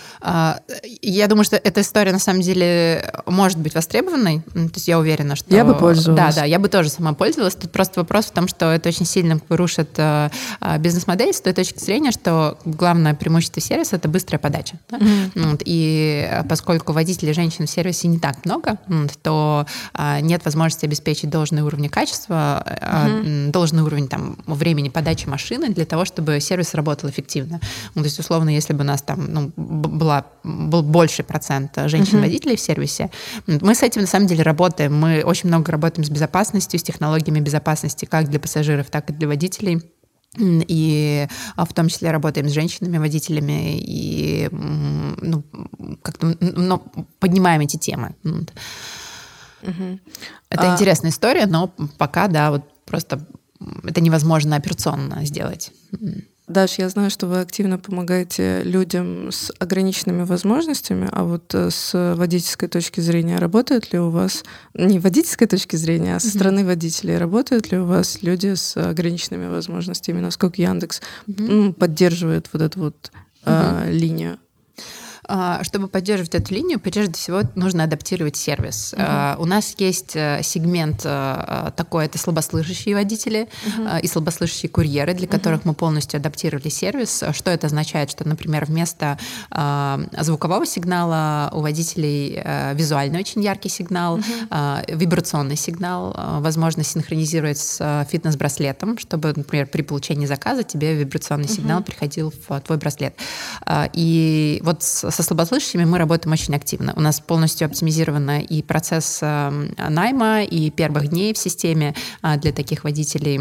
Speaker 3: Я думаю, что эта история на самом деле может быть востребованной. То есть я уверена, что...
Speaker 2: Я бы пользовалась.
Speaker 3: Да, да, я бы тоже сама пользовалась. Тут просто вопрос в том, что это очень сильно рушит бизнес-модель с той точки зрения, что главное преимущество сервиса — это быстрая подача. Да? Mm-hmm. И поскольку водителей женщин в сервисе не так много, то нет возможности обеспечить должный уровень качества, mm-hmm. должный уровень там, времени подачи машины для того, чтобы сервис работал эффективно. То есть, условно, если бы у нас там ну, была была, был больший процент женщин-водителей uh-huh. в сервисе. Мы с этим, на самом деле, работаем. Мы очень много работаем с безопасностью, с технологиями безопасности как для пассажиров, так и для водителей. И в том числе работаем с женщинами-водителями и ну, как-то ну, поднимаем эти темы. Uh-huh. Это а... интересная история, но пока, да, вот просто это невозможно операционно сделать.
Speaker 2: Даш, я знаю, что вы активно помогаете людям с ограниченными возможностями, а вот с водительской точки зрения работают ли у вас, не водительской точки зрения, а со mm-hmm. стороны водителей, работают ли у вас люди с ограниченными возможностями, насколько Яндекс mm-hmm. поддерживает вот эту вот mm-hmm. а, линию?
Speaker 3: Чтобы поддерживать эту линию, прежде всего нужно адаптировать сервис. Uh-huh. У нас есть сегмент такой, это слабослышащие водители uh-huh. и слабослышащие курьеры, для которых uh-huh. мы полностью адаптировали сервис. Что это означает? Что, например, вместо звукового сигнала у водителей визуальный очень яркий сигнал, uh-huh. вибрационный сигнал, возможно синхронизировать с фитнес-браслетом, чтобы, например, при получении заказа тебе вибрационный uh-huh. сигнал приходил в твой браслет. И вот с со слабослышащими мы работаем очень активно. У нас полностью оптимизирован и процесс найма, и первых дней в системе для таких водителей.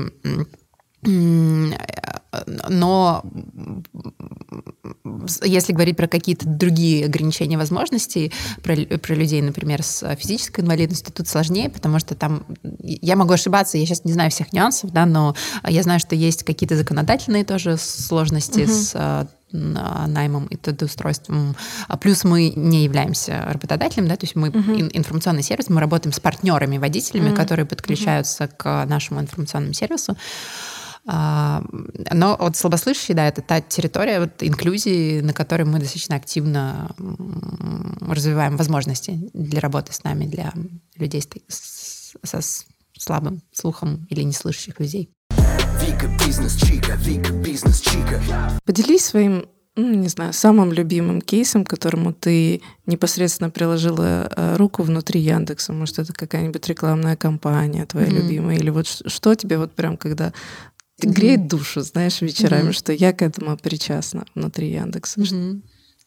Speaker 3: Но если говорить про какие-то другие ограничения возможностей, про, про людей, например, с физической инвалидностью, тут сложнее, потому что там, я могу ошибаться, я сейчас не знаю всех нюансов, да, но я знаю, что есть какие-то законодательные тоже сложности uh-huh. с наймом и трудоустройством. Плюс мы не являемся работодателем, да, то есть мы uh-huh. информационный сервис, мы работаем с партнерами-водителями, uh-huh. которые подключаются uh-huh. к нашему информационному сервису. Но вот слабослышащие, да, это та территория вот, инклюзии, на которой мы достаточно активно развиваем возможности для работы с нами, для людей с, со слабым слухом или неслышащих людей.
Speaker 1: Вика Бизнес Чика, Вика Бизнес Чика.
Speaker 2: Поделись своим, ну, не знаю, самым любимым кейсом, к которому ты непосредственно приложила руку внутри Яндекса. Может, это какая-нибудь рекламная кампания твоя mm-hmm. любимая, или вот что тебе вот прям когда греет mm-hmm. душу, знаешь, вечерами, mm-hmm. что я к этому причастна внутри Яндекса.
Speaker 3: Mm-hmm.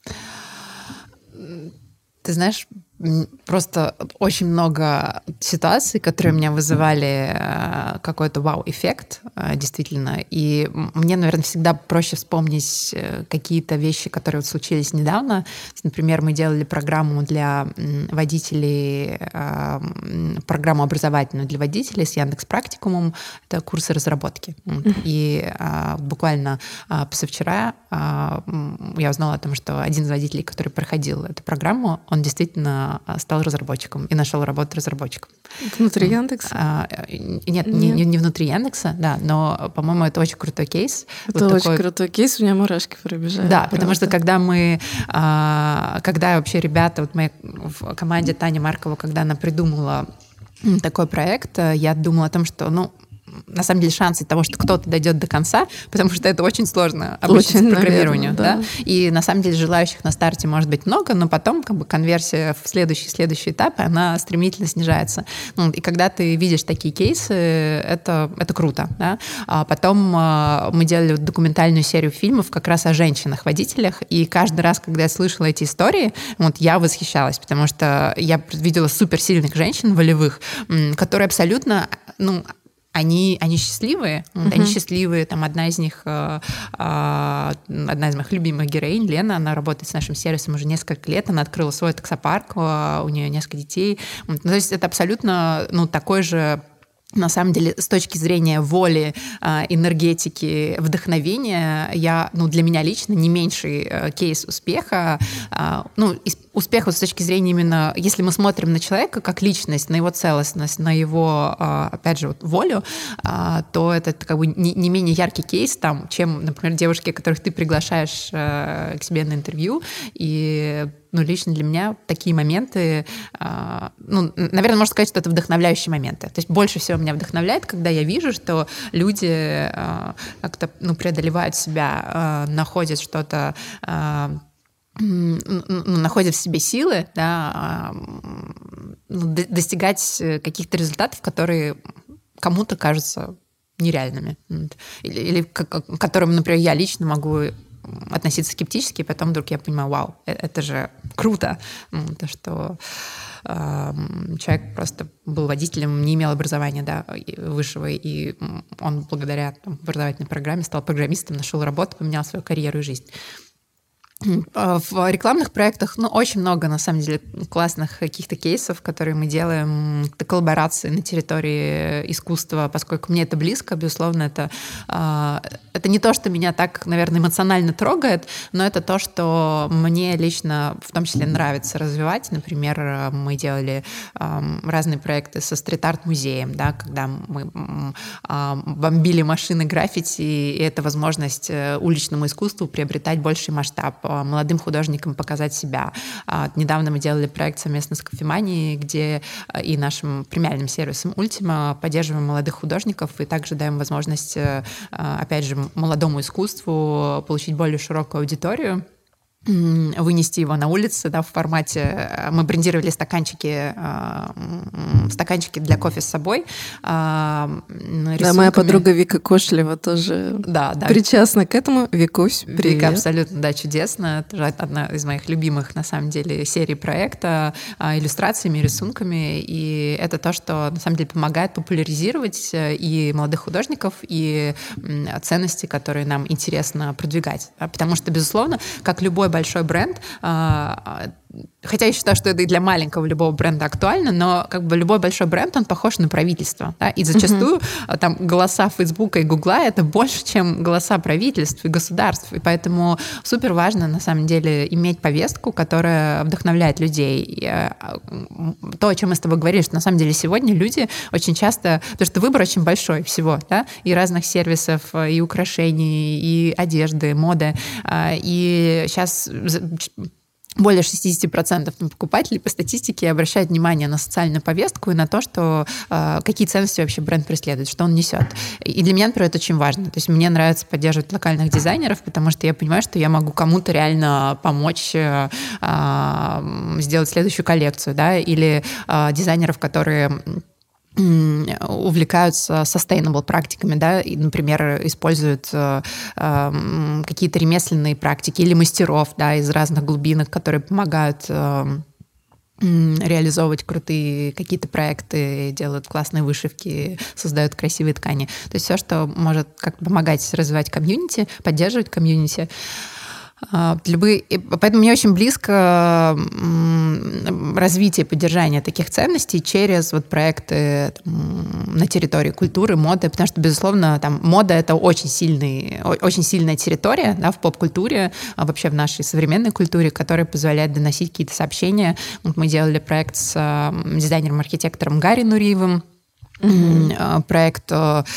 Speaker 3: Ты знаешь, просто очень много ситуаций, которые у меня вызывали какой-то вау-эффект, действительно. И мне, наверное, всегда проще вспомнить какие-то вещи, которые вот случились недавно. Например, мы делали программу для водителей, программу образовательную для водителей с Яндекс.Практикумом. Это курсы разработки. И буквально позавчера я узнала о том, что один из водителей, который проходил эту программу, он действительно стал разработчиком и нашел работу разработчиком.
Speaker 2: Внутри Яндекса?
Speaker 3: А, нет, не, не, не внутри Яндекса, да, но, по-моему, это очень крутой кейс.
Speaker 2: Это вот очень такой... крутой кейс, у меня мурашки пробежали.
Speaker 3: Да, правда. Потому что когда мы, когда вообще ребята, вот мы в команде Таня Маркова, когда она придумала такой проект, я думала о том, что, ну, на самом деле шансы того, что кто-то дойдет до конца, потому что это очень сложно обучиться очень, программированию. Наверное, да. Да? И на самом деле желающих на старте может быть много, но потом как бы конверсия в следующий, следующий этап, она стремительно снижается. Ну, и когда ты видишь такие кейсы, это, это круто. Да? А потом а, мы делали документальную серию фильмов как раз о женщинах-водителях, и каждый раз, когда я слышала эти истории, вот, я восхищалась, потому что я видела суперсильных женщин волевых, которые абсолютно... ну, Они, они счастливые, uh-huh. они счастливые. Там одна из них, э, э, одна из моих любимых героинь, Лена, она работает с нашим сервисом уже несколько лет, она открыла свой таксопарк, э, у нее несколько детей. Ну, то есть это абсолютно ну, такой же... На самом деле, с точки зрения воли, энергетики, вдохновения, я, ну, для меня лично не меньший кейс успеха. Ну, успеха с точки зрения именно, если мы смотрим на человека как личность, на его целостность, на его, опять же, вот, волю, то это как бы не, не менее яркий кейс, там, чем, например, девушки, которых ты приглашаешь к себе на интервью, и ну, лично для меня такие моменты, ну, наверное, можно сказать, что это вдохновляющие моменты. То есть больше всего меня вдохновляет, когда я вижу, что люди как-то ну, преодолевают себя, находят что-то, находят в себе силы, да, достигать каких-то результатов, которые кому-то кажутся нереальными. Или, или к которым, например, я лично могу относиться скептически, и потом вдруг я понимаю, вау, это же круто, то, что человек просто был водителем, не имел образования, да, высшего, и он благодаря там, образовательной программе стал программистом, нашел работу, поменял свою карьеру и жизнь. В рекламных проектах, ну, очень много, на самом деле, классных каких-то кейсов, которые мы делаем, коллаборации на территории искусства, поскольку мне это близко, безусловно, это, это не то, что меня так, наверное, эмоционально трогает, но это то, что мне лично в том числе нравится развивать. Например, мы делали разные проекты со стрит-арт-музеем, да, когда мы бомбили машины граффити, и это возможность уличному искусству приобретать больший масштаб, молодым художникам показать себя. Недавно мы делали проект совместно с Кофеманией, где и нашим премиальным сервисом Ultima поддерживаем молодых художников и также даем возможность, опять же, молодому искусству получить более широкую аудиторию, вынести его на улице, да, в формате... Мы брендировали стаканчики, стаканчики для кофе с собой.
Speaker 2: Да, моя подруга Вика Кошлева тоже да, да. причастна к этому. Викусь, привет.
Speaker 3: Вика абсолютно, да, чудесно. Это одна из моих любимых, на самом деле, серий проекта, иллюстрациями, рисунками. И это то, что, на самом деле, помогает популяризировать и молодых художников, и ценности, которые нам интересно продвигать. Потому что, безусловно, как любой большой бренд, хотя я считаю, что это и для маленького любого бренда актуально, но как бы любой большой бренд, он похож на правительство. Да? И зачастую uh-huh. там голоса Фейсбука и Гугла — это больше, чем голоса правительств и государств. И поэтому супер важно, на самом деле, иметь повестку, которая вдохновляет людей. И то, о чем мы с тобой говорили, что на самом деле сегодня люди очень часто... Потому что выбор очень большой всего, да? И разных сервисов, и украшений, и одежды, моды. И сейчас... Более шестьдесят процентов покупателей по статистике обращают внимание на социальную повестку и на то, что, э, какие ценности вообще бренд преследует, что он несет. И для меня, например, это очень важно. То есть мне нравится поддерживать локальных дизайнеров, потому что я понимаю, что я могу кому-то реально помочь э, э, сделать следующую коллекцию, да, или э, дизайнеров, которые... увлекаются sustainable практиками, да, и, например, используют э, э, какие-то ремесленные практики или мастеров, да, из разных глубинок, которые помогают э, реализовывать крутые какие-то проекты, делают классные вышивки, создают красивые ткани. То есть все, что может как-то помогать развивать комьюнити, поддерживать комьюнити. Любые, поэтому мне очень близко развитие, поддержание таких ценностей через вот проекты там, на территории культуры, моды, потому что, безусловно, там, мода — это очень, сильный, очень сильная территория, да, в поп-культуре, а вообще в нашей современной культуре, которая позволяет доносить какие-то сообщения. Вот мы делали проект с дизайнером-архитектором Гарри Нуриевым, Mm-hmm. проект в,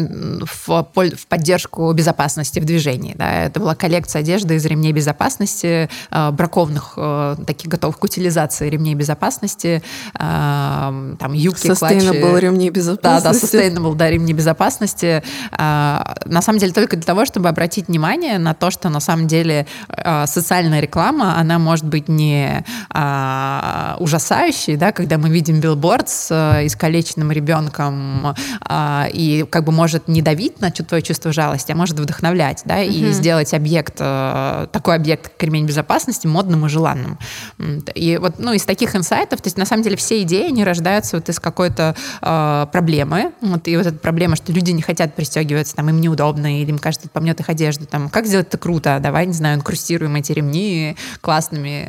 Speaker 3: в поддержку безопасности в движении. Да. Это была коллекция одежды из ремней безопасности, бракованных, таких готовых к утилизации ремней безопасности, там юбки, клатчи.
Speaker 2: Sustainable ремни безопасности.
Speaker 3: Да, да, sustainable, да, ремни безопасности. На самом деле только для того, чтобы обратить внимание на то, что на самом деле социальная реклама, она может быть не ужасающей, да, когда мы видим билборд с искалеченным ребенком, и как бы может не давить на твое чувство жалости, а может вдохновлять, да, и uh-huh. сделать объект, такой объект, как ремень безопасности, модным и желанным. И вот, ну, из таких инсайтов, то есть на самом деле все идеи, они рождаются вот из какой-то э, проблемы, вот, и вот эта проблема, что люди не хотят пристегиваться, там, им неудобно, или им кажется, это помнет их одежду, там, как сделать это круто, давай, не знаю, инкрустируем эти ремни классными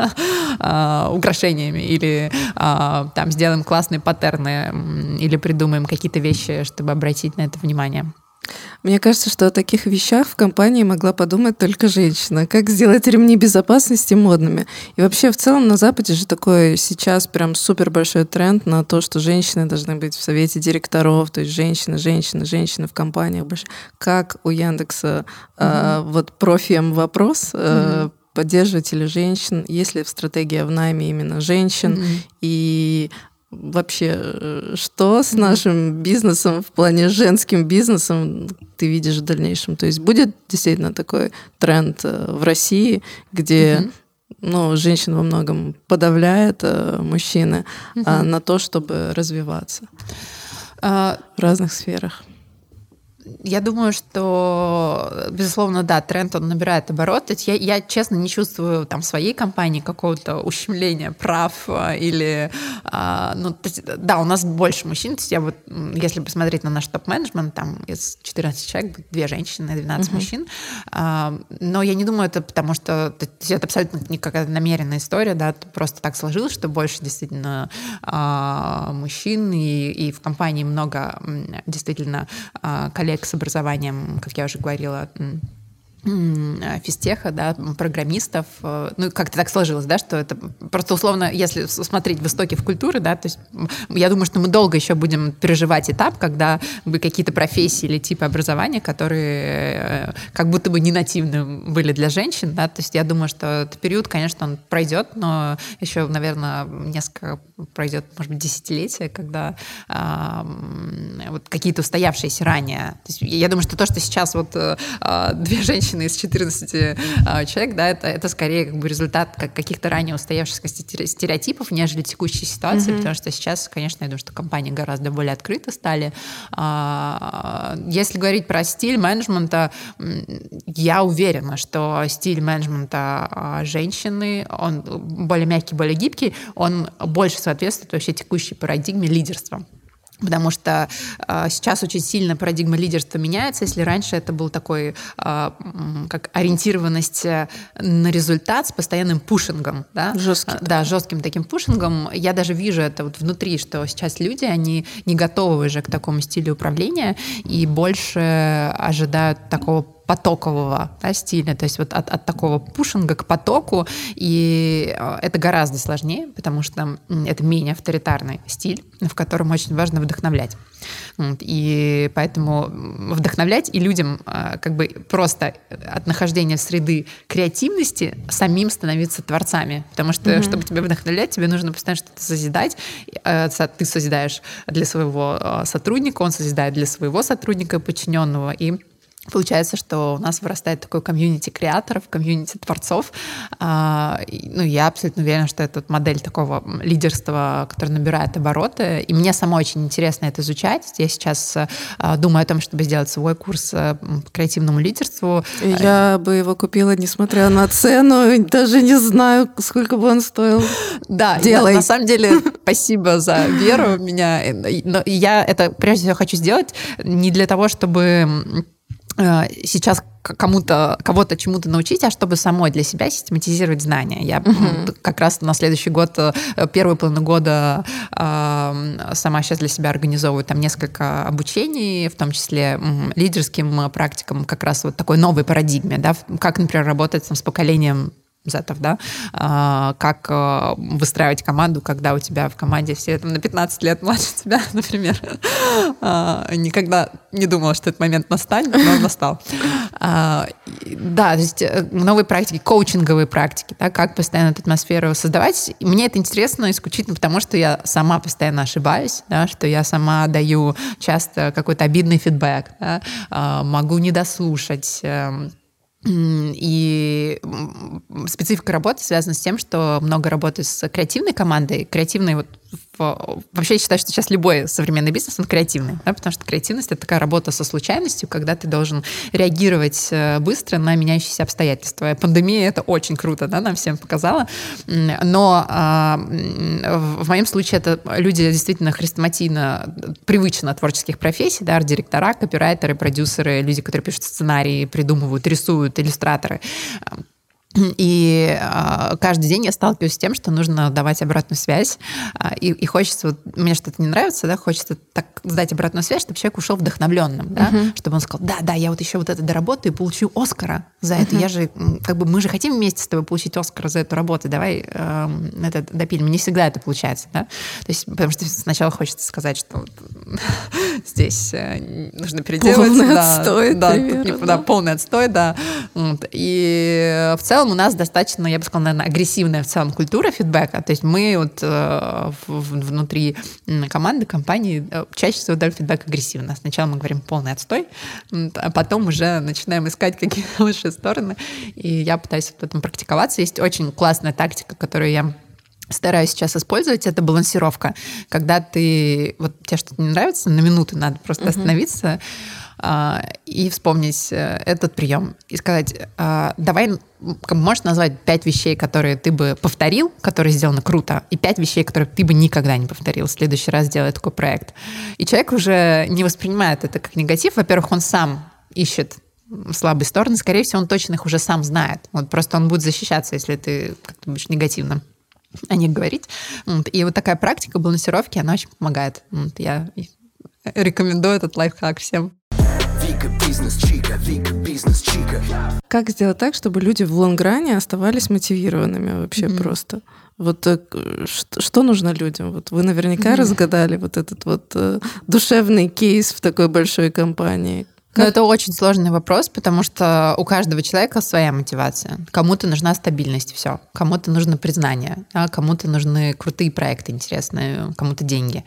Speaker 3: украшениями, или там сделаем классные паттерны, или придумаем какие-то вещи, чтобы обратить на это внимание.
Speaker 2: Мне кажется, что о таких вещах в компании могла подумать только женщина. Как сделать ремни безопасности модными. И вообще, в целом, на Западе же такой сейчас прям супер большой тренд на то, что женщины должны быть в совете директоров, то есть женщины, женщины, женщины в компаниях. Как у Яндекса mm-hmm. э, вот профием вопрос э, mm-hmm. поддерживать или женщин, есть ли в стратегии в найме именно женщин, mm-hmm. и вообще, что с нашим бизнесом, в плане женским бизнесом ты видишь в дальнейшем? То есть будет действительно такой тренд в России, где uh-huh. ну, женщин во многом подавляет мужчины, uh-huh. а на то, чтобы развиваться uh-huh. в разных сферах?
Speaker 3: Я думаю, что, безусловно, да, тренд, он набирает обороты. Я, я, честно, не чувствую там в своей компании какого-то ущемления прав или... А, ну, то есть, да, у нас больше мужчин. То есть я вот, если посмотреть на наш топ-менеджмент, там из четырнадцати человек будет две женщины, двенадцать uh-huh. мужчин. А, но я не думаю, это потому что... То есть это абсолютно не какая-то намеренная история, да, просто так сложилось, что больше действительно а, мужчин, и, и в компании много действительно а, коллег с образованием, как я уже говорила, физтеха, да, программистов. Ну, как-то так сложилось, да, что это просто условно, если смотреть в истоки в культуре, да, то есть я думаю, что мы долго еще будем переживать этап, когда бы какие-то профессии или типы образования, которые как будто бы не нативны были для женщин, да, то есть я думаю, что этот период, конечно, он пройдет, но еще, наверное, несколько пройдет, может быть, десятилетия, когда а, вот какие-то устоявшиеся ранее. То есть я думаю, что то, что сейчас вот а, две женщины из четырнадцати а, человек, да, это, это скорее как бы результат как каких-то ранее устоявшихся стереотипов, нежели текущей ситуации, mm-hmm. потому что сейчас, конечно, я думаю, что компании гораздо более открыты стали. А, если говорить про стиль менеджмента, я уверена, что стиль менеджмента женщины, он более мягкий, более гибкий, он больше соответствует вообще текущей парадигме лидерства. Потому что э, сейчас очень сильно парадигма лидерства меняется. Если раньше это был такой, э, как ориентированность на результат с постоянным пушингом, да?
Speaker 2: Жестким.
Speaker 3: Да, жестким таким пушингом. Я даже вижу это вот внутри, что сейчас люди, они не готовы уже к такому стилю управления и больше ожидают такого потокового, да, стиля, то есть вот от, от такого пушинга к потоку, и это гораздо сложнее, потому что это менее авторитарный стиль, в котором очень важно вдохновлять. И поэтому вдохновлять и людям как бы просто от нахождения в среды креативности самим становиться творцами, потому что, mm-hmm. чтобы тебя вдохновлять, тебе нужно постоянно что-то созидать. Ты созидаешь для своего сотрудника, он созидает для своего сотрудника подчиненного, и получается, что у нас вырастает такой комьюнити креаторов, комьюнити творцов. Ну, я абсолютно уверена, что это модель такого лидерства, которая набирает обороты. И мне самой очень интересно это изучать. Я сейчас думаю о том, чтобы сделать свой курс по креативному лидерству.
Speaker 2: Я бы его купила, несмотря на цену. Даже не знаю, сколько бы он стоил.
Speaker 3: Да,
Speaker 2: делай.
Speaker 3: Я, на самом деле, спасибо за веру в меня. Но я это прежде всего хочу сделать не для того, чтобы сейчас кому-то, кого-то чему-то научить, а чтобы самой для себя систематизировать знания. Я uh-huh. как раз на следующий год, первую половину года э, сама сейчас для себя организовываю там несколько обучений, в том числе э, лидерским практикам, как раз вот такой новой парадигме, да, как, например, работать там, с поколением зетов, да, а, как а, выстраивать команду, когда у тебя в команде все там, на пятнадцать лет младше тебя, например. А, никогда не думала, что этот момент настанет, но он настал. А, да, то есть новые практики, коучинговые практики, да, как постоянно эту атмосферу создавать. И мне это интересно исключительно потому, что я сама постоянно ошибаюсь, да, что я сама даю часто какой-то обидный фидбэк, да, а, могу не дослушать. И специфика работы связана с тем, что много работаю с креативной командой. Креативной вот вообще я считаю, что сейчас любой современный бизнес, он креативный, да, потому что креативность — это такая работа со случайностью, когда ты должен реагировать быстро на меняющиеся обстоятельства. Пандемия — это очень круто, да, нам всем показала. Но а, в моем случае это люди действительно хрестоматийно привычно творческих профессий, да, арт-директора, копирайтеры, продюсеры, люди, которые пишут сценарии, придумывают, рисуют, иллюстраторы. И э, каждый день я сталкиваюсь с тем, что нужно давать обратную связь. Э, и, и хочется, вот, мне что-то не нравится, да, хочется так дать обратную связь, чтобы человек ушел вдохновленным, да, uh-huh. чтобы он сказал, да, да, я вот еще вот это доработаю и получу Оскара за uh-huh. это. Я же, как бы, мы же хотим вместе с тобой получить Оскара за эту работу, давай э, это допилим. Не всегда это получается, да, то есть, потому что сначала хочется сказать, что здесь э, нужно переделать.
Speaker 2: Полный
Speaker 3: да,
Speaker 2: отстой,
Speaker 3: да,
Speaker 2: примерно,
Speaker 3: тут,
Speaker 2: да.
Speaker 3: да, полный отстой, да. И в целом у нас достаточно, я бы сказала, наверное, агрессивная в целом культура фидбэка. То есть мы вот э, в, внутри команды, компании э, чаще всего даем фидбэк агрессивно. Сначала мы говорим полный отстой, а потом уже начинаем искать какие-то лучшие стороны. И я пытаюсь в этом практиковаться. Есть очень классная тактика, которую я стараюсь сейчас использовать, это балансировка. Когда ты, вот тебе что-то не нравится, на минуту надо просто uh-huh. остановиться, и вспомнить этот прием и сказать, давай, можешь назвать пять вещей, которые ты бы повторил, которые сделаны круто, и пять вещей, которые ты бы никогда не повторил в следующий раз, делая такой проект. И человек уже не воспринимает это как негатив. Во-первых, он сам ищет слабые стороны, скорее всего, он точно их уже сам знает. Вот просто он будет защищаться, если ты как-то будешь негативно о них говорить. И вот такая практика балансировки, она очень помогает. Я рекомендую этот лайфхак всем.
Speaker 1: Вика бизнес-чика, Вика бизнес-чика.
Speaker 2: Как сделать так, чтобы люди в лонгране оставались мотивированными вообще mm-hmm. просто? Вот что, что нужно людям? Вот вы наверняка mm-hmm. разгадали вот этот вот э, душевный кейс в такой большой компании.
Speaker 3: Но это очень сложный вопрос, потому что у каждого человека своя мотивация. Кому-то нужна стабильность, все. Кому-то нужно признание, да? Кому-то нужны крутые проекты интересные, кому-то деньги.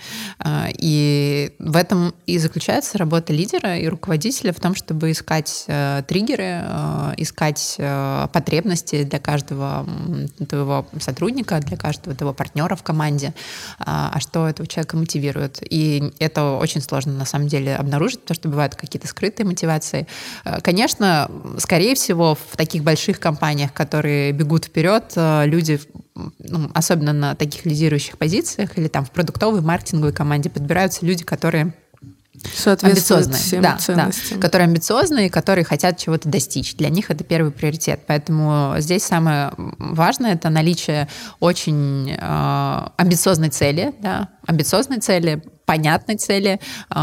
Speaker 3: И в этом и заключается работа лидера и руководителя в том, чтобы искать триггеры, искать потребности для каждого твоего сотрудника, для каждого твоего партнера в команде, а что этого человека мотивирует. И это очень сложно на самом деле обнаружить, потому что бывают какие-то скрытые мотивации. Конечно, скорее всего, в таких больших компаниях, которые бегут вперед, люди, ну, особенно на таких лидирующих позициях или там в продуктовой, маркетинговой команде подбираются люди, которые амбициозные,
Speaker 2: всем
Speaker 3: да, да, которые амбициозные, которые хотят чего-то достичь. Для них это первый приоритет. Поэтому здесь самое важное — это наличие очень э, амбициозной цели, да, амбициозной цели, понятной цели,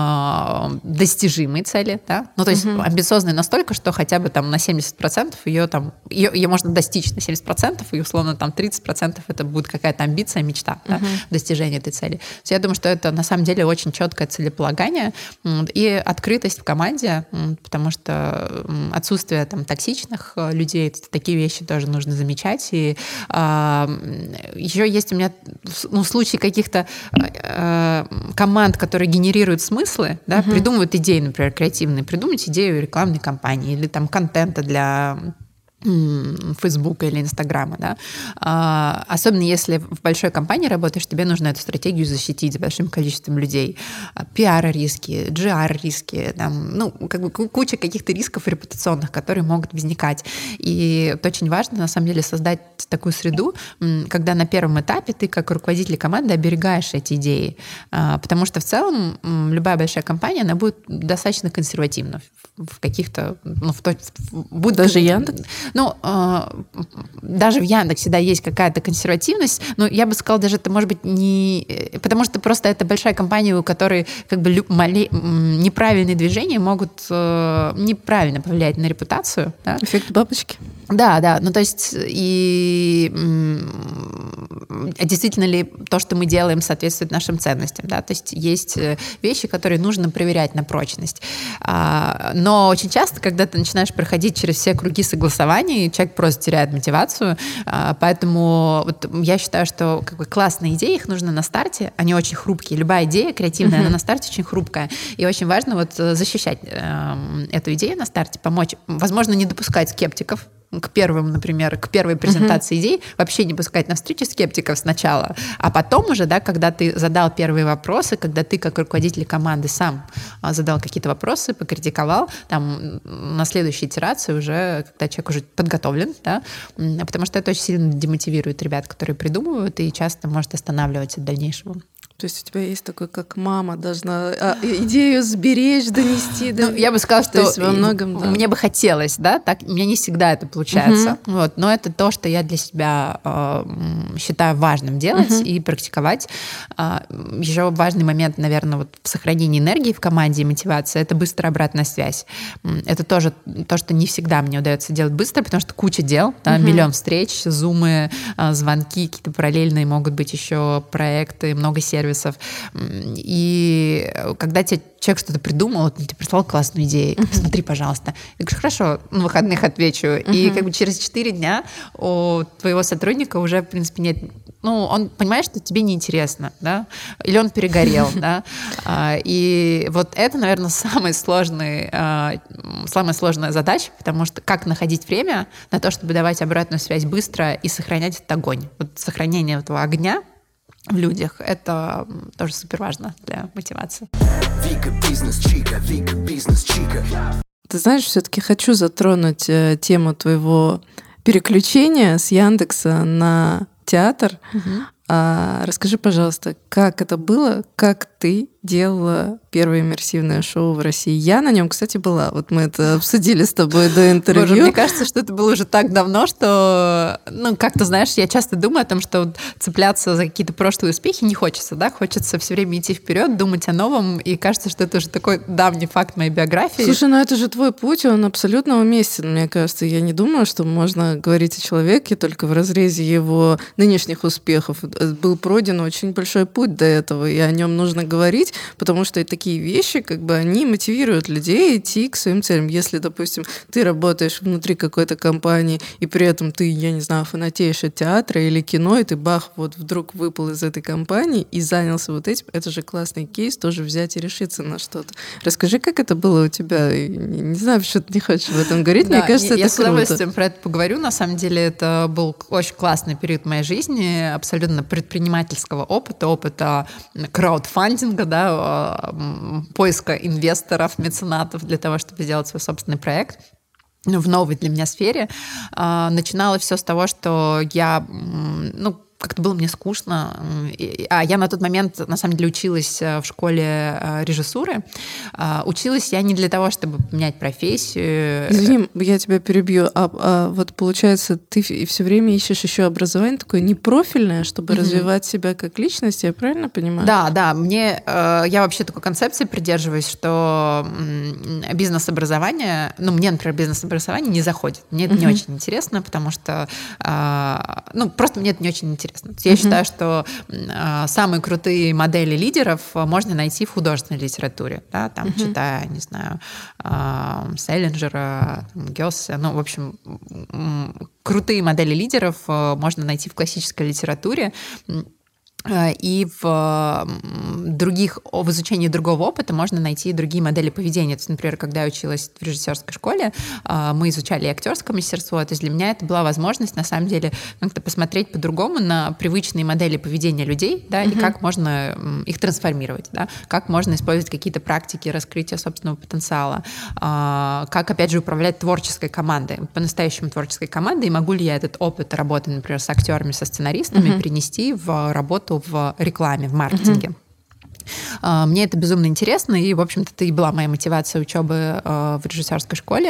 Speaker 3: достижимой цели, да? Ну, то есть uh-huh. амбициозной настолько, что хотя бы там на семьдесят процентов ее там, ее, ее можно достичь на семьдесят процентов, и условно там тридцать процентов это будет какая-то амбиция, мечта, uh-huh. да, достижения этой цели. Я думаю, что это на самом деле очень четкое целеполагание и открытость в команде, потому что отсутствие там токсичных людей, такие вещи тоже нужно замечать. И а, еще есть у меня, ну, в случае каких-то а, команд, которые генерируют смыслы, да, uh-huh. придумывают идеи, например, креативные, придумать идею рекламной кампании или там контента для Фейсбука или Инстаграма, да. А, особенно если в большой компании работаешь, тебе нужно эту стратегию защитить с большим количеством людей. Пиар-риски, джи ар-риски, там, ну, как бы куча каких-то рисков репутационных, которые могут возникать. И это очень важно, на самом деле, создать такую среду, когда на первом этапе ты, как руководитель команды, оберегаешь эти идеи. А, потому что в целом любая большая компания, она будет достаточно консервативна в каких-то... Ну, в то, будет
Speaker 2: Даже Яндекс?
Speaker 3: Ну, э, даже в Яндексе, да, есть какая-то консервативность, но я бы сказала, даже это может быть не... Потому что просто это большая компания, у которой как бы мале... неправильные движения могут э, неправильно повлиять на репутацию. Да?
Speaker 2: Эффект бабочки.
Speaker 3: Да, да, ну то есть и действительно ли то, что мы делаем, соответствует нашим ценностям, да, то есть есть вещи, которые нужно проверять на прочность, но очень часто, когда ты начинаешь проходить через все круги согласований, человек просто теряет мотивацию, поэтому вот я считаю, что как бы классные идеи, их нужно на старте, они очень хрупкие, любая идея креативная, uh-huh. она на старте очень хрупкая, и очень важно вот защищать эту идею на старте, помочь, возможно, не допускать скептиков, к первым, например, к первой презентации uh-huh. идей, вообще не пускать на встречу скептиков сначала, а потом уже, да, когда ты задал первые вопросы, когда ты как руководитель команды сам задал какие-то вопросы, покритиковал, там на следующей итерации уже, когда человек уже подготовлен, да, потому что это очень сильно демотивирует ребят, которые придумывают, и часто может останавливать от дальнейшего.
Speaker 2: То есть у тебя есть такой, как мама должна а, идею сберечь, донести.
Speaker 3: Ну, я бы сказала, что во многом, да. Мне бы хотелось, да, так, у меня не всегда это получается, uh-huh. вот, но это то, что я для себя э, считаю важным делать uh-huh. и практиковать. Э, еще важный момент, наверное, вот в сохранении энергии в команде и мотивации — это быстрая обратная связь. Это тоже то, что не всегда мне удается делать быстро, потому что куча дел, да, uh-huh. миллион встреч, зумы, звонки, какие-то параллельные могут быть еще проекты, много сервисов. И когда тебе человек что-то придумал, он тебе прислал классную идею, uh-huh. посмотри, пожалуйста. Я говорю, хорошо, на выходных отвечу. Uh-huh. И как бы через четыре дня у твоего сотрудника уже, в принципе, нет... Ну, он понимает, что тебе неинтересно, да? Или он перегорел, да? И вот это, наверное, самый сложный, самая сложная задача, потому что как находить время на то, чтобы давать обратную связь быстро и сохранять этот огонь. Вот сохранение этого огня, в людях. Это тоже супер важно для мотивации.
Speaker 1: Вика бизнес чика, Вика бизнес чика.
Speaker 2: Ты знаешь, все-таки хочу затронуть э, тему твоего переключения с Яндекса на театр.
Speaker 3: Угу.
Speaker 2: А, расскажи, пожалуйста, как это было, как ты делала первое иммерсивное шоу в России? Я на нем, кстати, была. Вот мы это обсудили с тобой до интервью.
Speaker 3: Боже, мне кажется, что это было уже так давно, что, ну, как-то, знаешь, я часто думаю о том, что вот цепляться за какие-то прошлые успехи не хочется, да, хочется все время идти вперед, думать о новом, и кажется, что это уже такой давний факт моей биографии.
Speaker 2: Слушай, ну это же твой путь, он абсолютно уместен, мне кажется. Я не думаю, что можно говорить о человеке только в разрезе его нынешних успехов. Был пройден очень большой путь до этого, и о нем нужно говорить, потому что и такие вещи, как бы, они мотивируют людей идти к своим целям. Если, допустим, ты работаешь внутри какой-то компании, и при этом ты, я не знаю, фанатеешь от театра или кино, и ты, бах, вот вдруг выпал из этой компании и занялся вот этим, это же классный кейс, тоже взять и решиться на что-то. Расскажи, как это было у тебя? Не, не знаю, что ты не хочешь об этом говорить, да, мне кажется,
Speaker 3: я,
Speaker 2: это
Speaker 3: я круто. Я с удовольствием
Speaker 2: круто.
Speaker 3: про это поговорю. На самом деле, это был очень классный период моей жизни, абсолютно предпринимательского опыта, опыта краудфандинга, да, поиска инвесторов, меценатов для того, чтобы сделать свой собственный проект в новой для меня сфере. Начиналось все с того, что я, ну, как-то было мне скучно. А я на тот момент, на самом деле, училась в школе режиссуры. Училась я не для того, чтобы поменять профессию.
Speaker 2: Извини, я тебя перебью. А, а вот получается, ты все время ищешь еще образование такое непрофильное, чтобы mm-hmm. развивать себя как личность, я правильно понимаю?
Speaker 3: Да, да. Мне, я вообще такой концепции придерживаюсь, что бизнес-образование, ну, мне, например, бизнес-образование не заходит. Мне это mm-hmm. не очень интересно, потому что, ну, просто мне это не очень интересно. Я uh-huh. считаю, что э, самые крутые модели лидеров можно найти в художественной литературе, да, там, uh-huh. читая, не знаю, э, Селлинджера, Гёссе, ну, в общем, э, крутые модели лидеров э, можно найти в классической литературе. И в других, в изучении другого опыта можно найти другие модели поведения. То есть, например, когда я училась в режиссерской школе, мы изучали и актерское мастерство. То есть для меня это была возможность, на самом деле, как-то посмотреть по-другому на привычные модели поведения людей, да, mm-hmm. и как можно их трансформировать, да, как можно использовать какие-то практики раскрытия собственного потенциала, как, опять же, управлять творческой командой, по-настоящему творческой командой, и могу ли я этот опыт работы, например, с актерами, со сценаристами mm-hmm. принести в работу в рекламе, в маркетинге. Uh-huh. Мне это безумно интересно, и, в общем-то, это и была моя мотивация учебы в режиссерской школе.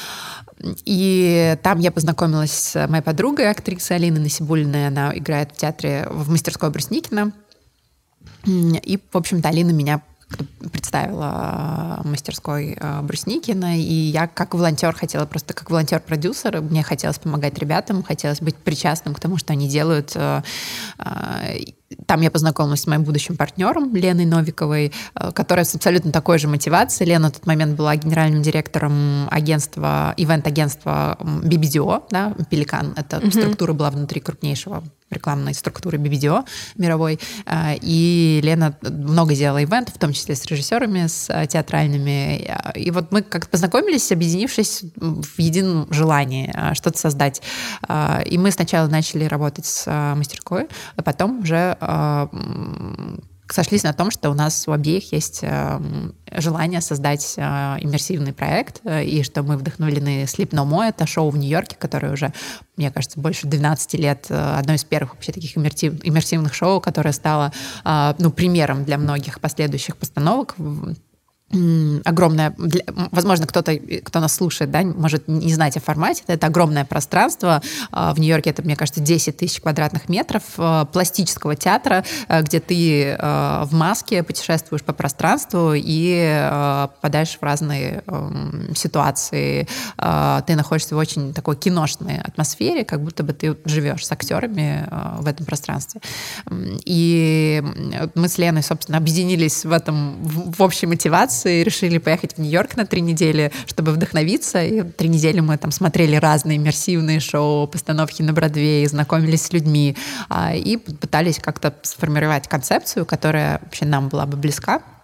Speaker 3: И там я познакомилась с моей подругой, актрисой Алиной Насибуллиной. Она играет в театре в мастерской Брусникина. И, в общем-то, Алина меня представила мастерской Брусникина, и я как волонтер хотела, просто как волонтер-продюсер, мне хотелось помогать ребятам, хотелось быть причастным к тому, что они делают. Там я познакомилась с моим будущим партнером Леной Новиковой, которая с абсолютно такой же мотивацией. Лена в тот момент была генеральным директором агентства, ивент-агентства би би ди о, да, Пеликан. Эта mm-hmm. структура была внутри крупнейшего рекламной структуры би би ди о мировой. И Лена много делала ивентов, в том числе с режиссерами, с театральными. И вот мы как-то познакомились, объединившись в едином желании что-то создать. И мы сначала начали работать с мастерской, а потом уже сошлись на том, что у нас у обеих есть желание создать иммерсивный проект, и что мы вдохновлены Sleep No More. Это шоу в Нью-Йорке, которое уже, мне кажется, больше двенадцати лет, одно из первых вообще таких иммерсив, иммерсивных шоу, которое стало, ну, примером для многих последующих постановок. Огромное, для, возможно, кто-то, кто нас слушает, да, может не знать о формате, это огромное пространство. В Нью-Йорке это, мне кажется, десять тысяч квадратных метров пластического театра, где ты в маске путешествуешь по пространству и попадаешь в разные ситуации. Ты находишься в очень такой киношной атмосфере, как будто бы ты живешь с актерами в этом пространстве. И мы с Леной, собственно, объединились в этом, в общей мотивации, и решили поехать в Нью-Йорк на три недели, чтобы вдохновиться. И три недели мы там смотрели разные иммерсивные шоу, постановки на Бродвее, знакомились с людьми и пытались как-то сформировать концепцию, которая вообще нам была бы близка.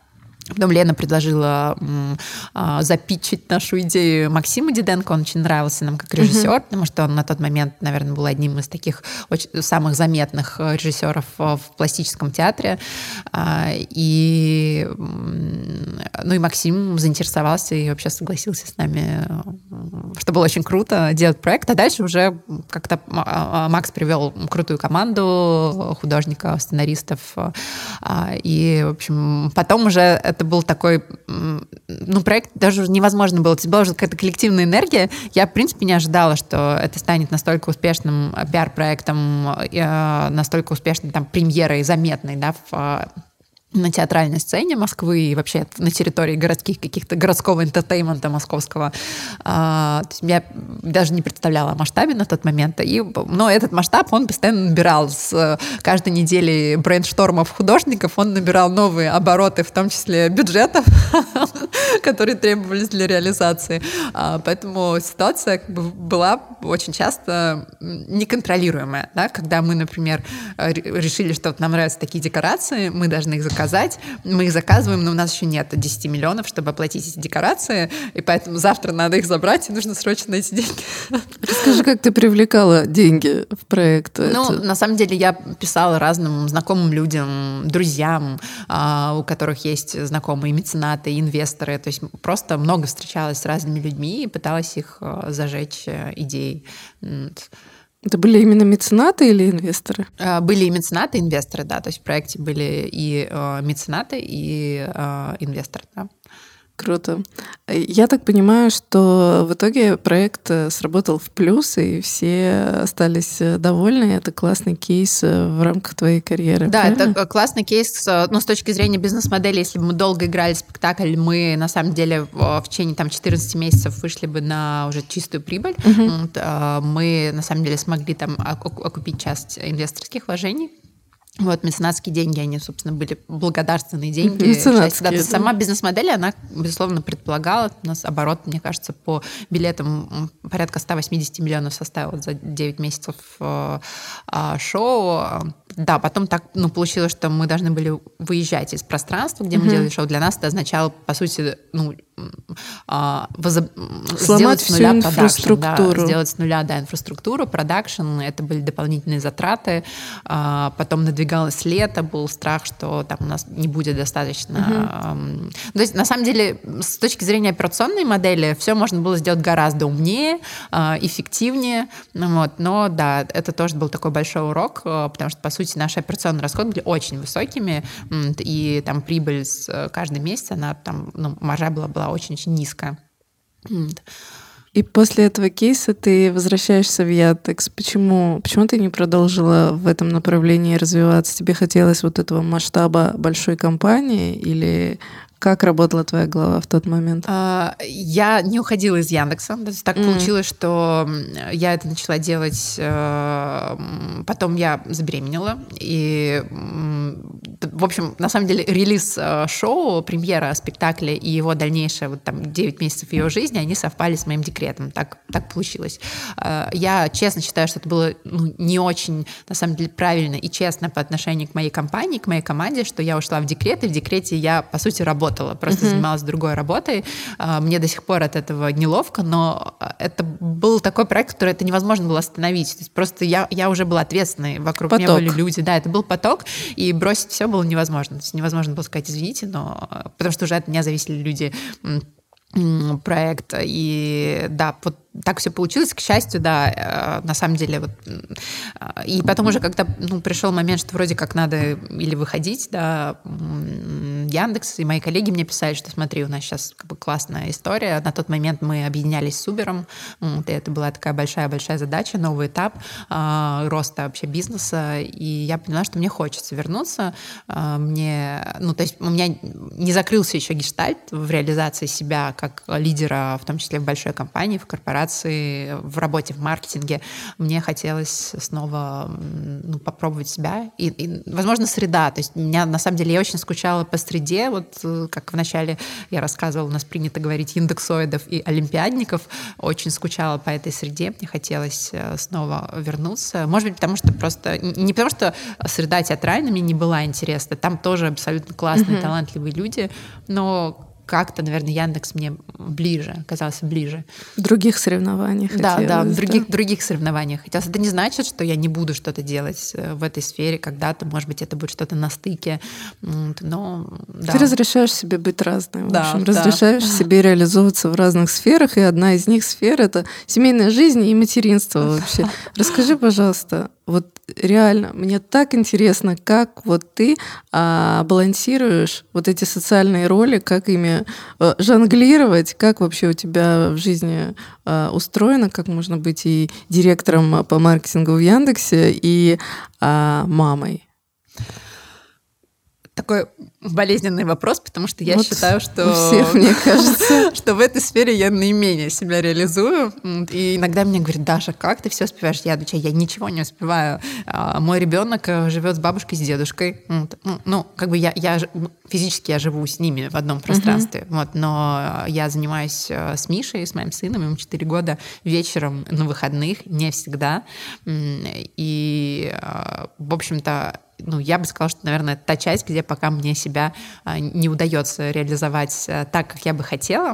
Speaker 3: Потом Лена предложила м, а, запитчить нашу идею Максиму Диденко. Он очень нравился нам как режиссер, uh-huh. потому что он на тот момент, наверное, был одним из таких очень, самых заметных режиссеров в пластическом театре. А, и, ну, и Максим заинтересовался и вообще согласился с нами, что было очень круто делать проект. А дальше уже как-то Макс привел крутую команду художников, сценаристов. А, и, в общем, потом уже это был такой, ну, проект даже невозможно было. Это была уже какая-то коллективная энергия. Я, в принципе, не ожидала, что это станет настолько успешным пиар-проектом, настолько успешной там премьерой, заметной, да, в на театральной сцене Москвы и вообще на территории городских каких-то городского энтертеймента московского. А, то есть я даже не представляла о масштабе на тот момент. И, но этот масштаб он постоянно набирал. С каждой недели брейнштормов художников он набирал новые обороты, в том числе бюджетов, которые требовались для реализации. А, поэтому ситуация как бы была очень часто неконтролируемая. Да? Когда мы, например, решили, что вот нам нравятся такие декорации, мы должны их заказать, мы их заказываем, но у нас еще нет десяти миллионов, чтобы оплатить эти декорации, и поэтому завтра надо их забрать, и нужно срочно найти деньги.
Speaker 2: Расскажи, как ты привлекала деньги в проект?
Speaker 3: Ну,
Speaker 2: это...
Speaker 3: на самом деле я писала разным знакомым людям, друзьям, у которых есть знакомые меценаты, инвесторы, то есть просто много встречалась с разными людьми и пыталась их зажечь идеей.
Speaker 2: Это были именно меценаты или инвесторы?
Speaker 3: Были и меценаты, и инвесторы, да. То есть в проекте были и э, меценаты, и э, инвесторы, да.
Speaker 2: Круто. Я так понимаю, что в итоге проект сработал в плюс, и все остались довольны. Это классный кейс в рамках твоей карьеры.
Speaker 3: Да,
Speaker 2: правильно?
Speaker 3: Это классный кейс, но с точки зрения бизнес-модели, если бы мы долго играли спектакль, мы на самом деле в течение там, четырнадцати месяцев вышли бы на уже чистую прибыль. Uh-huh. Вот, мы на самом деле смогли там окупить часть инвесторских вложений. Вот, меценатские деньги, они, собственно, были благодарственные деньги.
Speaker 2: Меценатские, да.
Speaker 3: Сама бизнес-модель, она, безусловно, предполагала, у нас оборот, мне кажется, по билетам порядка сто восемьдесят миллионов составил за девять месяцев шоу. Да, потом так ну, получилось, что мы должны были выезжать из пространства, где мы uh-huh. делали шоу. Для нас это означало, по сути, ну, возоб...
Speaker 2: сломать
Speaker 3: сделать с нуля
Speaker 2: всю инфраструктуру.
Speaker 3: Да, сделать с нуля да, инфраструктуру, продакшн. Это были дополнительные затраты. Потом надвигалось лето, был страх, что там у нас не будет достаточно... Uh-huh. То есть, на самом деле, с точки зрения операционной модели, все можно было сделать гораздо умнее, эффективнее. Вот. Но да, это тоже был такой большой урок, потому что, по сути, наши операционные расходы были очень высокими, и там прибыль с каждый месяц, она там, ну, маржа была, была очень-очень низкая.
Speaker 2: И после этого кейса ты возвращаешься в Яндекс. Почему? Почему ты не продолжила в этом направлении развиваться? Тебе хотелось вот этого масштаба большой компании или... Как работала твоя голова в тот момент?
Speaker 3: Я не уходила из Яндекса. Так mm. получилось, что я это начала делать. Потом я забеременела. И, в общем, на самом деле, релиз шоу, премьера спектакля и его дальнейшее вот там девять месяцев ее жизни, они совпали с моим декретом. Так, так получилось. Я честно считаю, что это было ну, не очень, на самом деле, правильно и честно по отношению к моей компании, к моей команде, что я ушла в декрет, и в декрете я, по сути, работала. Просто uh-huh. занималась другой работой. Мне до сих пор от этого неловко, но это был такой проект, который это невозможно было остановить. То есть просто я, я уже была ответственной, вокруг
Speaker 2: поток.
Speaker 3: меня были люди. Да, это был поток, и бросить все было невозможно. То есть невозможно было сказать «извините», но потому что уже от меня зависели люди, проект. И да, вот так все получилось, к счастью, да, на самом деле. Вот. И потом уже, когда ну, пришел момент, что вроде как надо или выходить, да, Яндекс, и мои коллеги мне писали, что смотри, у нас сейчас как бы классная история. На тот момент мы объединялись с Uber, и это была такая большая-большая задача, новый этап э, роста вообще бизнеса, и я поняла, что мне хочется вернуться. Э, мне, ну, то есть у меня не закрылся еще гештальт в реализации себя как лидера, в том числе в большой компании, в корпорации, в работе, в маркетинге. Мне хотелось снова ну, попробовать себя. И, и, возможно, среда. То есть меня, на самом деле, я очень скучала по среде среде, вот как вначале я рассказывала, у нас принято говорить индексоидов и олимпиадников, очень скучала по этой среде, мне хотелось снова вернуться. Может быть, потому что просто... Не потому что среда театральная мне не была интересна, там тоже абсолютно классные, mm-hmm. талантливые люди, но как-то, наверное, Яндекс мне ближе, оказался ближе.
Speaker 2: В других соревнованиях.
Speaker 3: Да,
Speaker 2: хотелось,
Speaker 3: да, в других,
Speaker 2: да?
Speaker 3: других соревнованиях хотелось. Это не значит, что я не буду что-то делать в этой сфере когда-то, может быть, это будет что-то на стыке, но... Да.
Speaker 2: Ты разрешаешь себе быть разной, в
Speaker 3: да,
Speaker 2: общем,
Speaker 3: да.
Speaker 2: разрешаешь себе реализовываться в разных сферах, и одна из них сфер — это семейная жизнь и материнство вообще. Расскажи, пожалуйста, вот реально, мне так интересно, как вот ты а, балансируешь вот эти социальные роли, как ими а, жонглировать, как вообще у тебя в жизни а, устроено, как можно быть и директором по маркетингу в Яндексе, и а, мамой.
Speaker 3: Такой болезненный вопрос, потому что я
Speaker 2: вот
Speaker 3: считаю, что...
Speaker 2: У всех, мне кажется.
Speaker 3: Что в этой сфере я наименее себя реализую. И иногда мне говорят: Даша, как ты все успеваешь? Я отвечаю: я ничего не успеваю. Мой ребенок живет с бабушкой, с дедушкой. Ну, как бы я, я физически я живу с ними в одном пространстве. Uh-huh. Вот, но я занимаюсь с Мишей, с моим сыном, ему четыре года, вечером на выходных, не всегда. И, в общем-то, ну, я бы сказала, что, наверное, это та часть, где пока мне себя не удается реализовать так, как я бы хотела.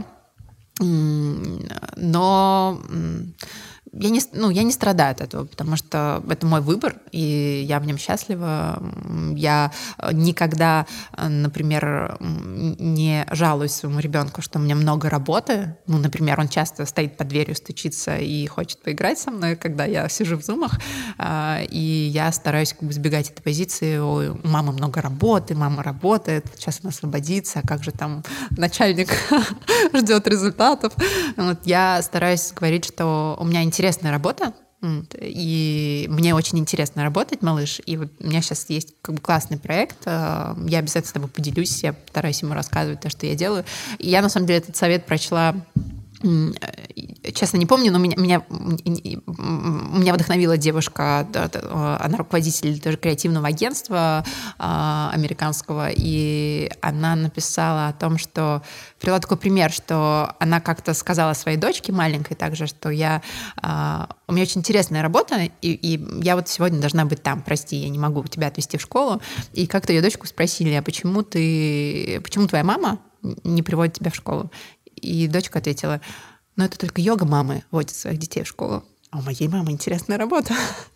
Speaker 3: Но я не, ну, я не страдаю от этого, потому что это мой выбор, и я в нем счастлива. Я никогда, например, не жалуюсь своему ребенку, что у меня много работы. Ну, например, он часто стоит под дверью, стучится и хочет поиграть со мной, когда я сижу в зумах, и я стараюсь как бы избегать этой позиции: ой, у мамы много работы, мама работает, сейчас она освободится, а как же там начальник ждет результатов. Вот, я стараюсь говорить, что у меня интересная работа, и мне очень интересно работать, малыш. И вот у меня сейчас есть как бы классный проект. Я обязательно с тобой поделюсь, я постараюсь ему рассказывать то, что я делаю. И я, на самом деле, этот совет прочла... Честно, не помню, но меня, меня, меня вдохновила девушка, она руководитель тоже креативного агентства американского, и она написала о том, что... Привела такой пример, что она как-то сказала своей дочке маленькой также, что я... У меня очень интересная работа, и, и я вот сегодня должна быть там, прости, я не могу тебя отвезти в школу. И как-то ее дочку спросили: а почему ты... Почему твоя мама не приводит тебя в школу? И дочка ответила: ну, это только йога мамы водит своих детей в школу. А у моей мамы интересная работа.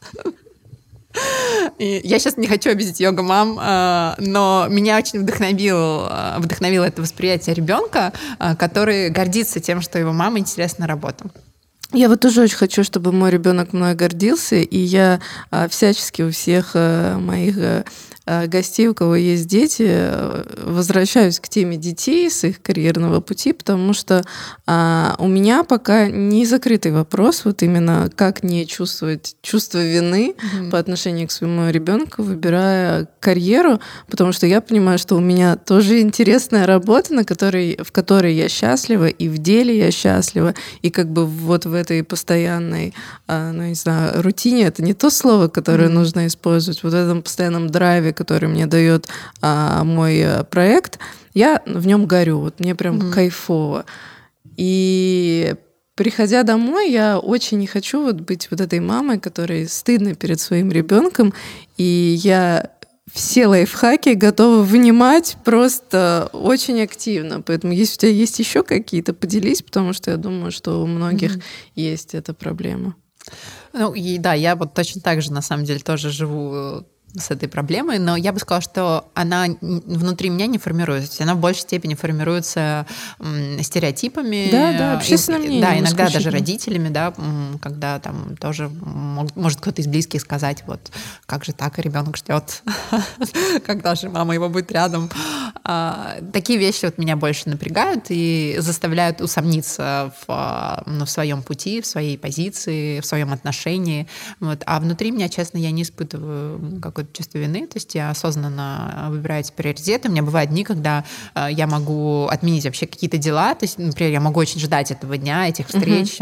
Speaker 3: И я сейчас не хочу обидеть йога-мам, но меня очень вдохновил, вдохновило это восприятие ребенка, который гордится тем, что его мама интересная работа.
Speaker 2: Я вот тоже очень хочу, чтобы мой ребенок мной гордился, и я а, всячески у всех а, моих а, гостей, у кого есть дети, а, возвращаюсь к теме детей с их карьерного пути, потому что а, у меня пока не закрытый вопрос, вот именно как не чувствовать чувство вины mm-hmm. по отношению к своему ребенку, выбирая карьеру, потому что я понимаю, что у меня тоже интересная работа, на которой, в которой я счастлива, и в деле я счастлива, и как бы вот в этой постоянной, ну, не знаю, рутине, это не то слово, которое mm-hmm. нужно использовать, вот в этом постоянном драйве, который мне дает а, мой проект, я в нем горю, вот мне прям mm-hmm. кайфово. И приходя домой, я очень не хочу вот быть вот этой мамой, которой стыдно перед своим ребенком, и я все лайфхаки готова вынимать просто очень активно. Поэтому если у тебя есть еще какие-то, поделись, потому что я думаю, что у многих mm-hmm. есть эта проблема.
Speaker 3: Ну, и да, я вот точно так же, на самом деле, тоже живу с этой проблемой, но я бы сказала, что она внутри меня не формируется. Она в большей степени формируется стереотипами.
Speaker 2: Да, да, общественным мнением.
Speaker 3: Да, иногда даже родителями, да, когда там тоже может кто-то из близких сказать: вот как же так, ребенок ждет, когда же мама его будет рядом. Такие вещи вот меня больше напрягают и заставляют усомниться в, ну, в своем пути, в своей позиции, в своем отношении. Вот. А внутри меня, честно, я не испытываю какой-то чувство вины, то есть я осознанно выбираю эти приоритеты. У меня бывают дни, когда э, я могу отменить вообще какие-то дела, то есть, например, я могу очень ждать этого дня, этих встреч, uh-huh.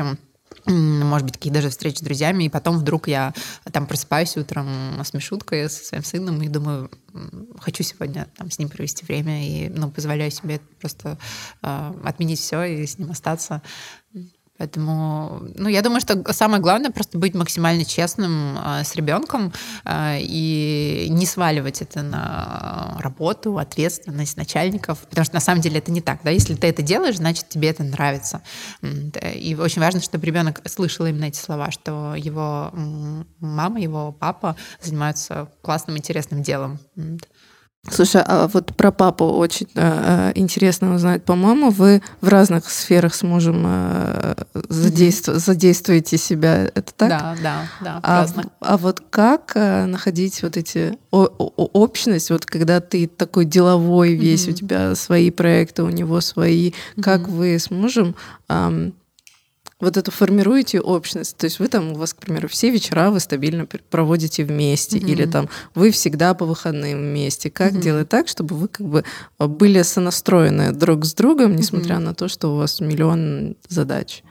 Speaker 3: может быть, какие-то даже встречи с друзьями, и потом вдруг я там просыпаюсь утром с Мишуткой, со своим сыном, и думаю, хочу сегодня там с ним провести время, и ну, позволяю себе просто э, отменить все и с ним остаться. Поэтому, ну, я думаю, что самое главное просто быть максимально честным э, с ребенком э, и не сваливать это на работу, ответственность начальников, потому что на самом деле это не так, да, если ты это делаешь, значит, тебе это нравится. И очень важно, чтобы ребенок слышал именно эти слова, что его мама, его папа занимаются классным, интересным делом.
Speaker 2: Слушай, а вот про папу очень э, интересно узнать. По-моему, вы в разных сферах с мужем э, задейству- mm-hmm. задействуете себя. Это так?
Speaker 3: Да, да, да.
Speaker 2: А, а вот как э, находить вот эти о- о- общность, вот когда ты такой деловой весь, mm-hmm. у тебя свои проекты, у него свои, mm-hmm. как вы с мужем э, вот эту формируете общность? То есть вы там, у вас, к примеру, все вечера вы стабильно проводите вместе, mm-hmm. или там вы всегда по выходным вместе. Как mm-hmm. делать так, чтобы вы как бы были сонастроены друг с другом, несмотря mm-hmm. на то, что у вас миллион задач?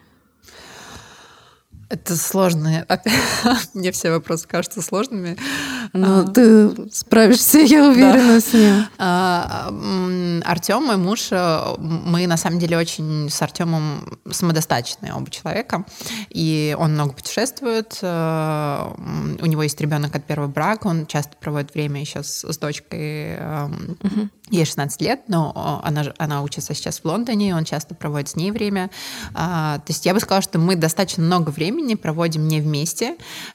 Speaker 3: Это сложно. Мне все вопросы кажутся сложными.
Speaker 2: Но а... ты справишься, я уверена, да. с ним.
Speaker 3: Артём, мой муж, мы на самом деле очень с Артёмом самодостаточные оба человека. И он много путешествует. У него есть ребенок от первого брака. Он часто проводит время еще с, с дочкой. Угу. Ей шестнадцать лет, но она, она учится сейчас в Лондоне, и он часто проводит с ней время. То есть я бы сказала, что мы достаточно много времени проводим не вместе,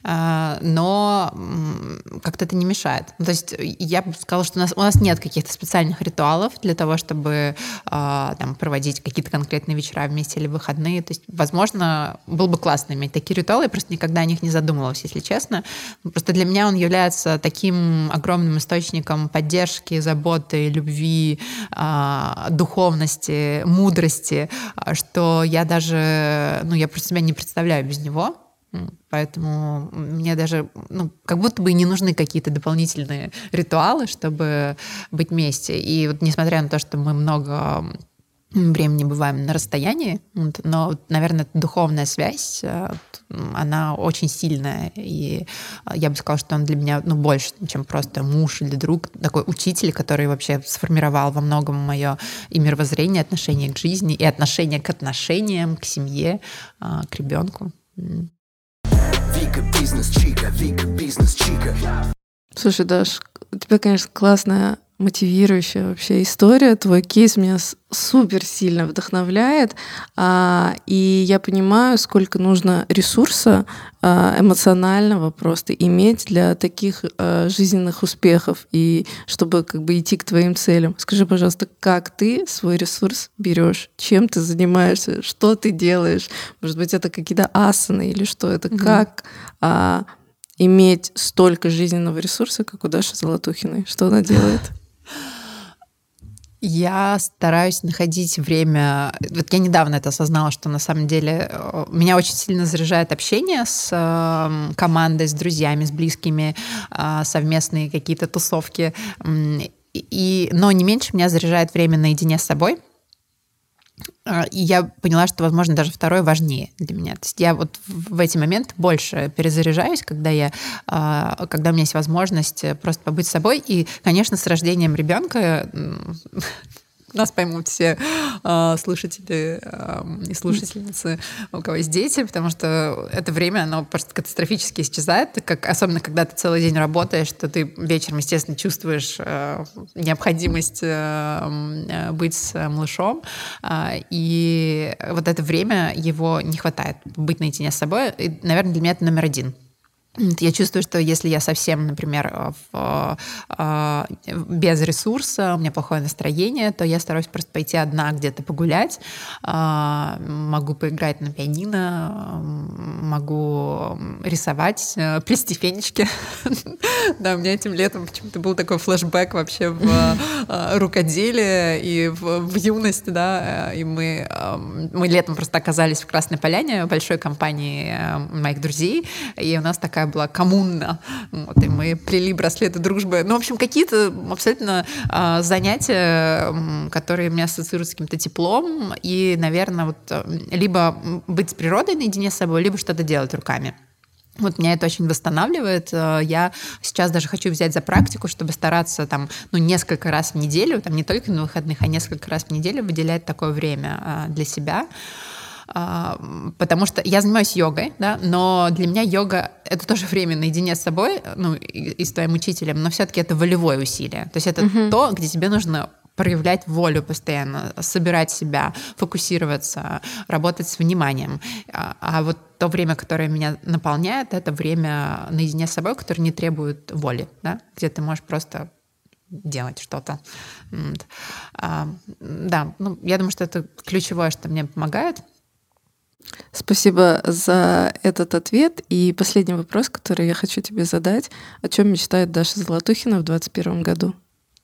Speaker 3: но как-то это не мешает. То есть я бы сказала, что у нас, у нас нет каких-то специальных ритуалов для того, чтобы там, проводить какие-то конкретные вечера вместе или выходные. То есть, возможно, было бы классно иметь такие ритуалы, я просто никогда о них не задумывалась, если честно. Просто для меня он является таким огромным источником поддержки, заботы, любви, духовности, мудрости, что я даже, ну, я просто себя не представляю без него. Поэтому мне даже, ну, как будто бы и не нужны какие-то дополнительные ритуалы, чтобы быть вместе. И вот несмотря на то, что мы много времени бываем на расстоянии, но, наверное, духовная связь, она очень сильная. И я бы сказала, что он для меня, ну, больше, чем просто муж или друг, такой учитель, который вообще сформировал во многом мое и мировоззрение, отношение к жизни, и отношение к отношениям, к семье, к ребенку.
Speaker 1: Вика бизнес-чика, Вика бизнес-чика.
Speaker 2: Слушай, Даш, у тебя, конечно, классная, мотивирующая вообще история. Твой кейс меня супер сильно вдохновляет. А, и я понимаю, сколько нужно ресурса а, эмоционального просто иметь для таких а, жизненных успехов и чтобы как бы идти к твоим целям. Скажи, пожалуйста, как ты свой ресурс берешь? Чем ты занимаешься? Что ты делаешь? Может быть, это какие-то асаны или что это? Mm-hmm. Как а, иметь столько жизненного ресурса, как у Даши Золотухиной? Что она делает?
Speaker 3: Я стараюсь находить время... Вот я недавно это осознала, что на самом деле меня очень сильно заряжает общение с командой, с друзьями, с близкими, совместные какие-то тусовки. И, но не меньше меня заряжает время наедине с собой. И я поняла, что, возможно, даже второе важнее для меня. То есть я вот в эти моменты больше перезаряжаюсь, когда, я, когда у меня есть возможность просто побыть с собой. И, конечно, с рождением ребенка нас поймут все э, слушатели э, и слушательницы, у кого есть дети, потому что это время, оно просто катастрофически исчезает, как, особенно когда ты целый день работаешь, что ты вечером, естественно, чувствуешь э, необходимость э, быть с малышом, э, и вот это время, его не хватает, быть наедине с собой. И, наверное, для меня это номер один. Я чувствую, что если я совсем, например, в, в, без ресурса, у меня плохое настроение, то я стараюсь просто пойти одна где-то погулять. Могу поиграть на пианино, могу рисовать, плести фенечки. Да, у меня этим летом почему-то был такой флешбэк вообще в рукоделие и в, в юность, да. И мы, мы летом просто оказались в Красной Поляне, большой компании моих друзей, и у нас такая такая была коммуна, вот, и мы плели браслеты дружбы. Ну, в общем, какие-то абсолютно э, занятия, которые меня ассоциируют с каким-то теплом, и, наверное, вот либо быть с природой наедине с собой, либо что-то делать руками. Вот меня это очень восстанавливает. Я сейчас даже хочу взять за практику, чтобы стараться там, ну, несколько раз в неделю, там, не только на выходных, а несколько раз в неделю выделять такое время для себя. Потому что я занимаюсь йогой, да, но для меня йога — это тоже время наедине с собой, ну, и, и с твоим учителем, но все-таки это волевое усилие. То есть это mm-hmm. то, где тебе нужно проявлять волю постоянно, собирать себя, фокусироваться, работать с вниманием. А вот то время, которое меня наполняет, это время наедине с собой, которое не требует воли, да? Где ты можешь просто делать что-то. А, да, ну, я думаю, что это ключевое, что мне помогает.
Speaker 2: Спасибо за этот ответ. И последний вопрос, который я хочу тебе задать. О чем мечтает Даша Золотухина в двадцать первом году?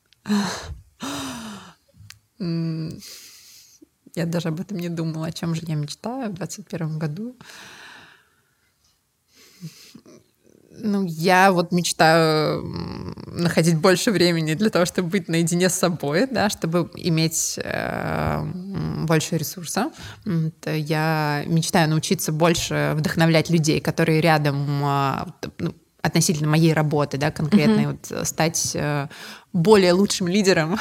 Speaker 3: Я даже об этом не думала, о чем же я мечтаю в двадцать первом году. Ну, я вот мечтаю находить больше времени для того, чтобы быть наедине с собой, да, чтобы иметь э, больше ресурса. Я мечтаю научиться больше вдохновлять людей, которые рядом, э, ну, относительно моей работы, да, конкретной, mm-hmm. вот, стать э, более лучшим лидером,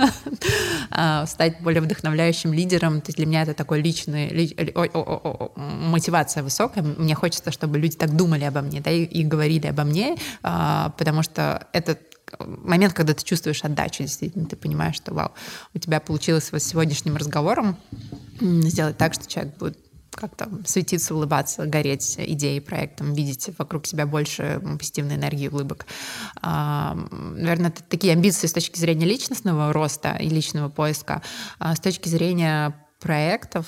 Speaker 3: стать более вдохновляющим лидером. То есть для меня это такой личный, ли, о, о, о, о, мотивация высокая. Мне хочется, чтобы люди так думали обо мне, да, и, и говорили обо мне, э, потому что это момент, когда ты чувствуешь отдачу, действительно, ты понимаешь, что вау, у тебя получилось вот сегодняшним разговором сделать так, что человек будет как-то светиться, улыбаться, гореть идеей, проектом, видеть вокруг себя больше позитивной энергии, улыбок. Наверное, это такие амбиции с точки зрения личностного роста и личного поиска. С точки зрения проектов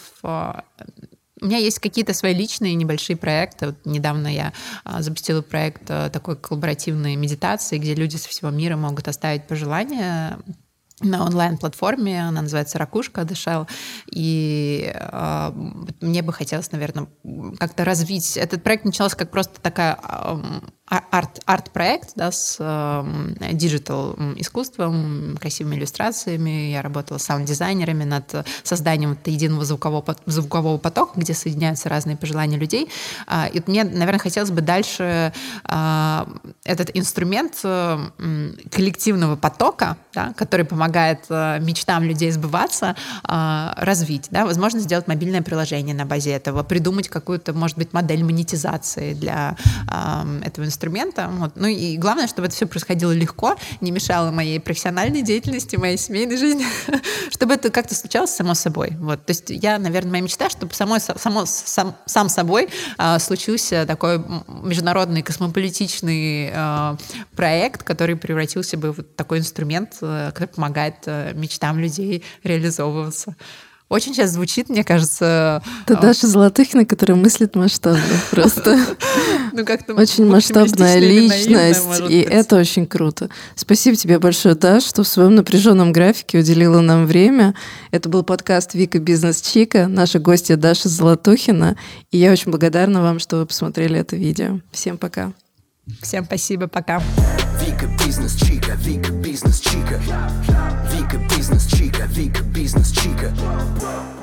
Speaker 3: у меня есть какие-то свои личные небольшие проекты. Вот недавно я запустила проект такой коллаборативной медитации, где люди со всего мира могут оставить пожелания на онлайн-платформе, она называется «Ракушка Дышал», и э, мне бы хотелось, наверное, как-то развить. Этот проект начался как просто такая э, арт, арт-проект, да, с э, диджитал-искусством, красивыми иллюстрациями. Я работала с саунд-дизайнерами над созданием вот единого звукового, звукового потока, где соединяются разные пожелания людей. Э, и мне, наверное, хотелось бы дальше э, этот инструмент э, коллективного потока, да, который помогает помогает мечтам людей сбываться, развить, да, возможно, сделать мобильное приложение на базе этого, придумать какую-то, может быть, модель монетизации для этого инструмента. Вот. Ну и главное, чтобы это все происходило легко, не мешало моей профессиональной деятельности, моей семейной жизни, чтобы это как-то случалось само собой. Вот. То есть я, наверное, моя мечта, чтобы самой, само, сам, сам собой случился такой международный космополитичный проект, который превратился бы в такой инструмент, который помогает мечтам людей реализовываться. Очень сейчас звучит, мне кажется...
Speaker 2: Это Даша Золотухина, которая мыслит масштабно просто.
Speaker 3: Ну, как-то
Speaker 2: очень масштабная личность, и это очень круто. Спасибо тебе большое, Даш, что в своем напряженном графике уделила нам время. Это был подкаст «Вика Бизнес Чика», наша гостья Даша Золотухина, и я очень благодарна вам, что вы посмотрели это видео. Всем пока.
Speaker 3: Всем спасибо, пока.
Speaker 1: Вика Бизнес Чика, Вика Бизнес Чика, Вика Бизнес Чика, Вика Бизнес Чика.